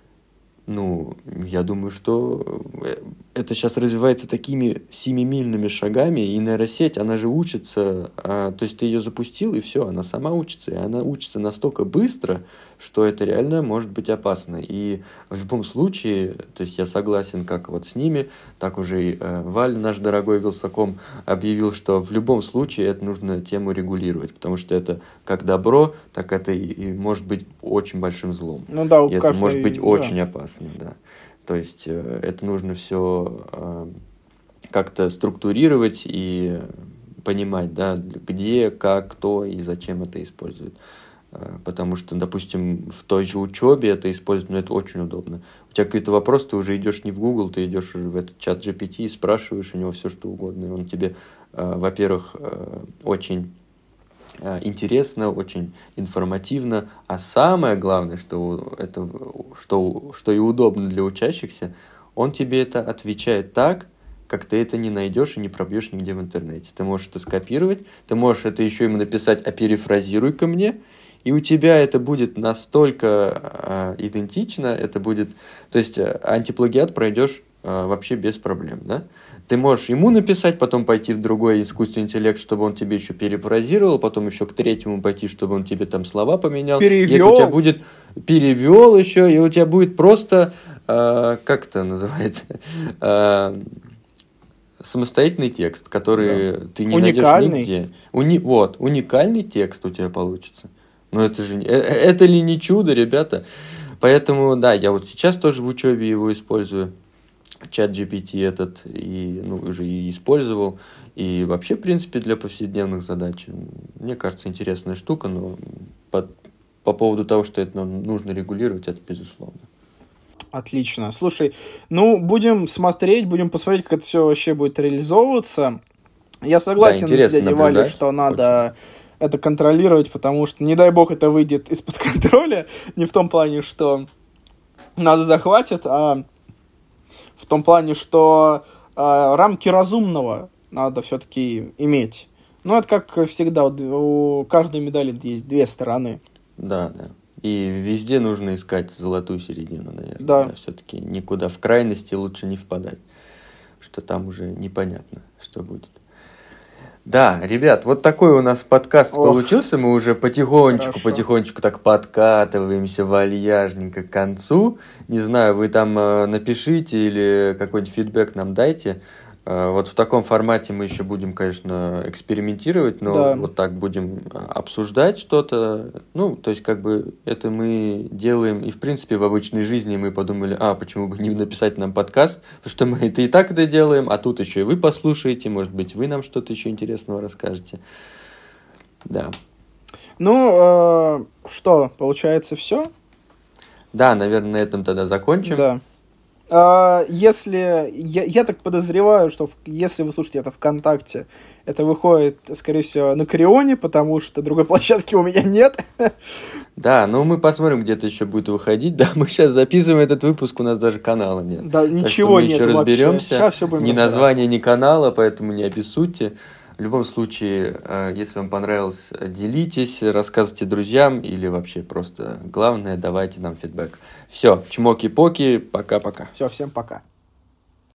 ну, я думаю, что это сейчас развивается такими семимильными шагами, и нейросеть, она же учится, а, то есть ты ее запустил, и все, она сама учится, и она учится настолько быстро, что это реально может быть опасно. И в любом случае, то есть я согласен как вот с ними, так уже и э, Валь, наш дорогой Вилсаком, объявил, что в любом случае это нужно тему регулировать, потому что это как добро, так это и, и может быть очень большим злом. Ну да, у и это каждой, может быть да. очень опасно, да. То есть э, это нужно все э, как-то структурировать и понимать, да, где, как, кто и зачем это использует. Потому что, допустим, в той же учебе это использовать, ну, это очень удобно. У тебя какой-то вопрос, ты уже идешь не в Google, ты идешь в этот чат джи пи ти и спрашиваешь у него все, что угодно. И он тебе, во-первых, очень интересно, очень информативно, а самое главное, что, это, что, что и удобно для учащихся, он тебе это отвечает так, как ты это не найдешь и не пробьешь нигде в интернете. Ты можешь это скопировать, ты можешь это еще ему написать, а перефразируй ко мне, и у тебя это будет настолько э, идентично, это будет, то есть антиплагиат пройдешь э, вообще без проблем, да? Ты можешь ему написать, потом пойти в другой искусственный интеллект, чтобы он тебе еще перефразировал, потом еще к третьему пойти, чтобы он тебе там слова поменял. Перевел. И у тебя будет перевел еще, и у тебя будет просто, э, как это называется, э, самостоятельный текст, который да. ты не уникальный. найдешь нигде. Уни... Вот, уникальный текст у тебя получится. Ну это же, это ли не чудо, ребята? Поэтому, да, я вот сейчас тоже в учебе его использую. Чат джи пи ти этот, и, ну, уже и использовал. И вообще, в принципе, для повседневных задач. Мне кажется, интересная штука, но по, по поводу того, что это нужно регулировать, это безусловно. Отлично. Слушай, ну, будем смотреть, будем посмотреть, как это все вообще будет реализовываться. Я согласен да, с дядей Валей, что надо очень это контролировать, потому что, не дай бог, это выйдет из-под контроля. Не в том плане, что нас захватят, а в том плане, что э, рамки разумного надо все-таки иметь. Ну, это как всегда, у каждой медали есть две стороны. Да, да. И везде нужно искать золотую середину, наверное. Да. Да, все-таки никуда в крайности лучше не впадать, что там уже непонятно, что будет. Да, ребят, вот такой у нас подкаст Ох, получился. Мы уже потихонечку, хорошо. потихонечку так подкатываемся вальяжненько к концу. Не знаю, вы там э, напишите или какой-нибудь фидбэк нам дайте. Э, вот в таком формате мы еще будем, конечно, экспериментировать, но Да. вот так будем э, обсуждать что-то. Ну, то есть, как бы это мы делаем, и в принципе в обычной жизни мы подумали, а почему бы не написать нам подкаст, потому что мы это и так это делаем, а тут еще и вы послушаете, может быть, вы нам что-то еще интересного расскажете. Да. Ну, э, что, получается, все? Да, наверное, на этом тогда закончим. Да. А, если... Я, я так подозреваю, что в- если вы слушаете это ВКонтакте, это выходит, скорее всего, на Крионе, потому что другой площадки у меня нет. Да, ну мы посмотрим, где-то еще будет выходить. Да, мы сейчас записываем этот выпуск, у нас даже канала нет. Да, Так что ничего мы нет еще вообще. разберемся. Сейчас все будем Ни разбираться. названия, ни канала, поэтому не обессудьте. В любом случае, э, если вам понравилось, делитесь, рассказывайте друзьям или вообще просто главное, давайте нам фидбэк. Все, чмоки-поки, пока-пока. Все, всем пока.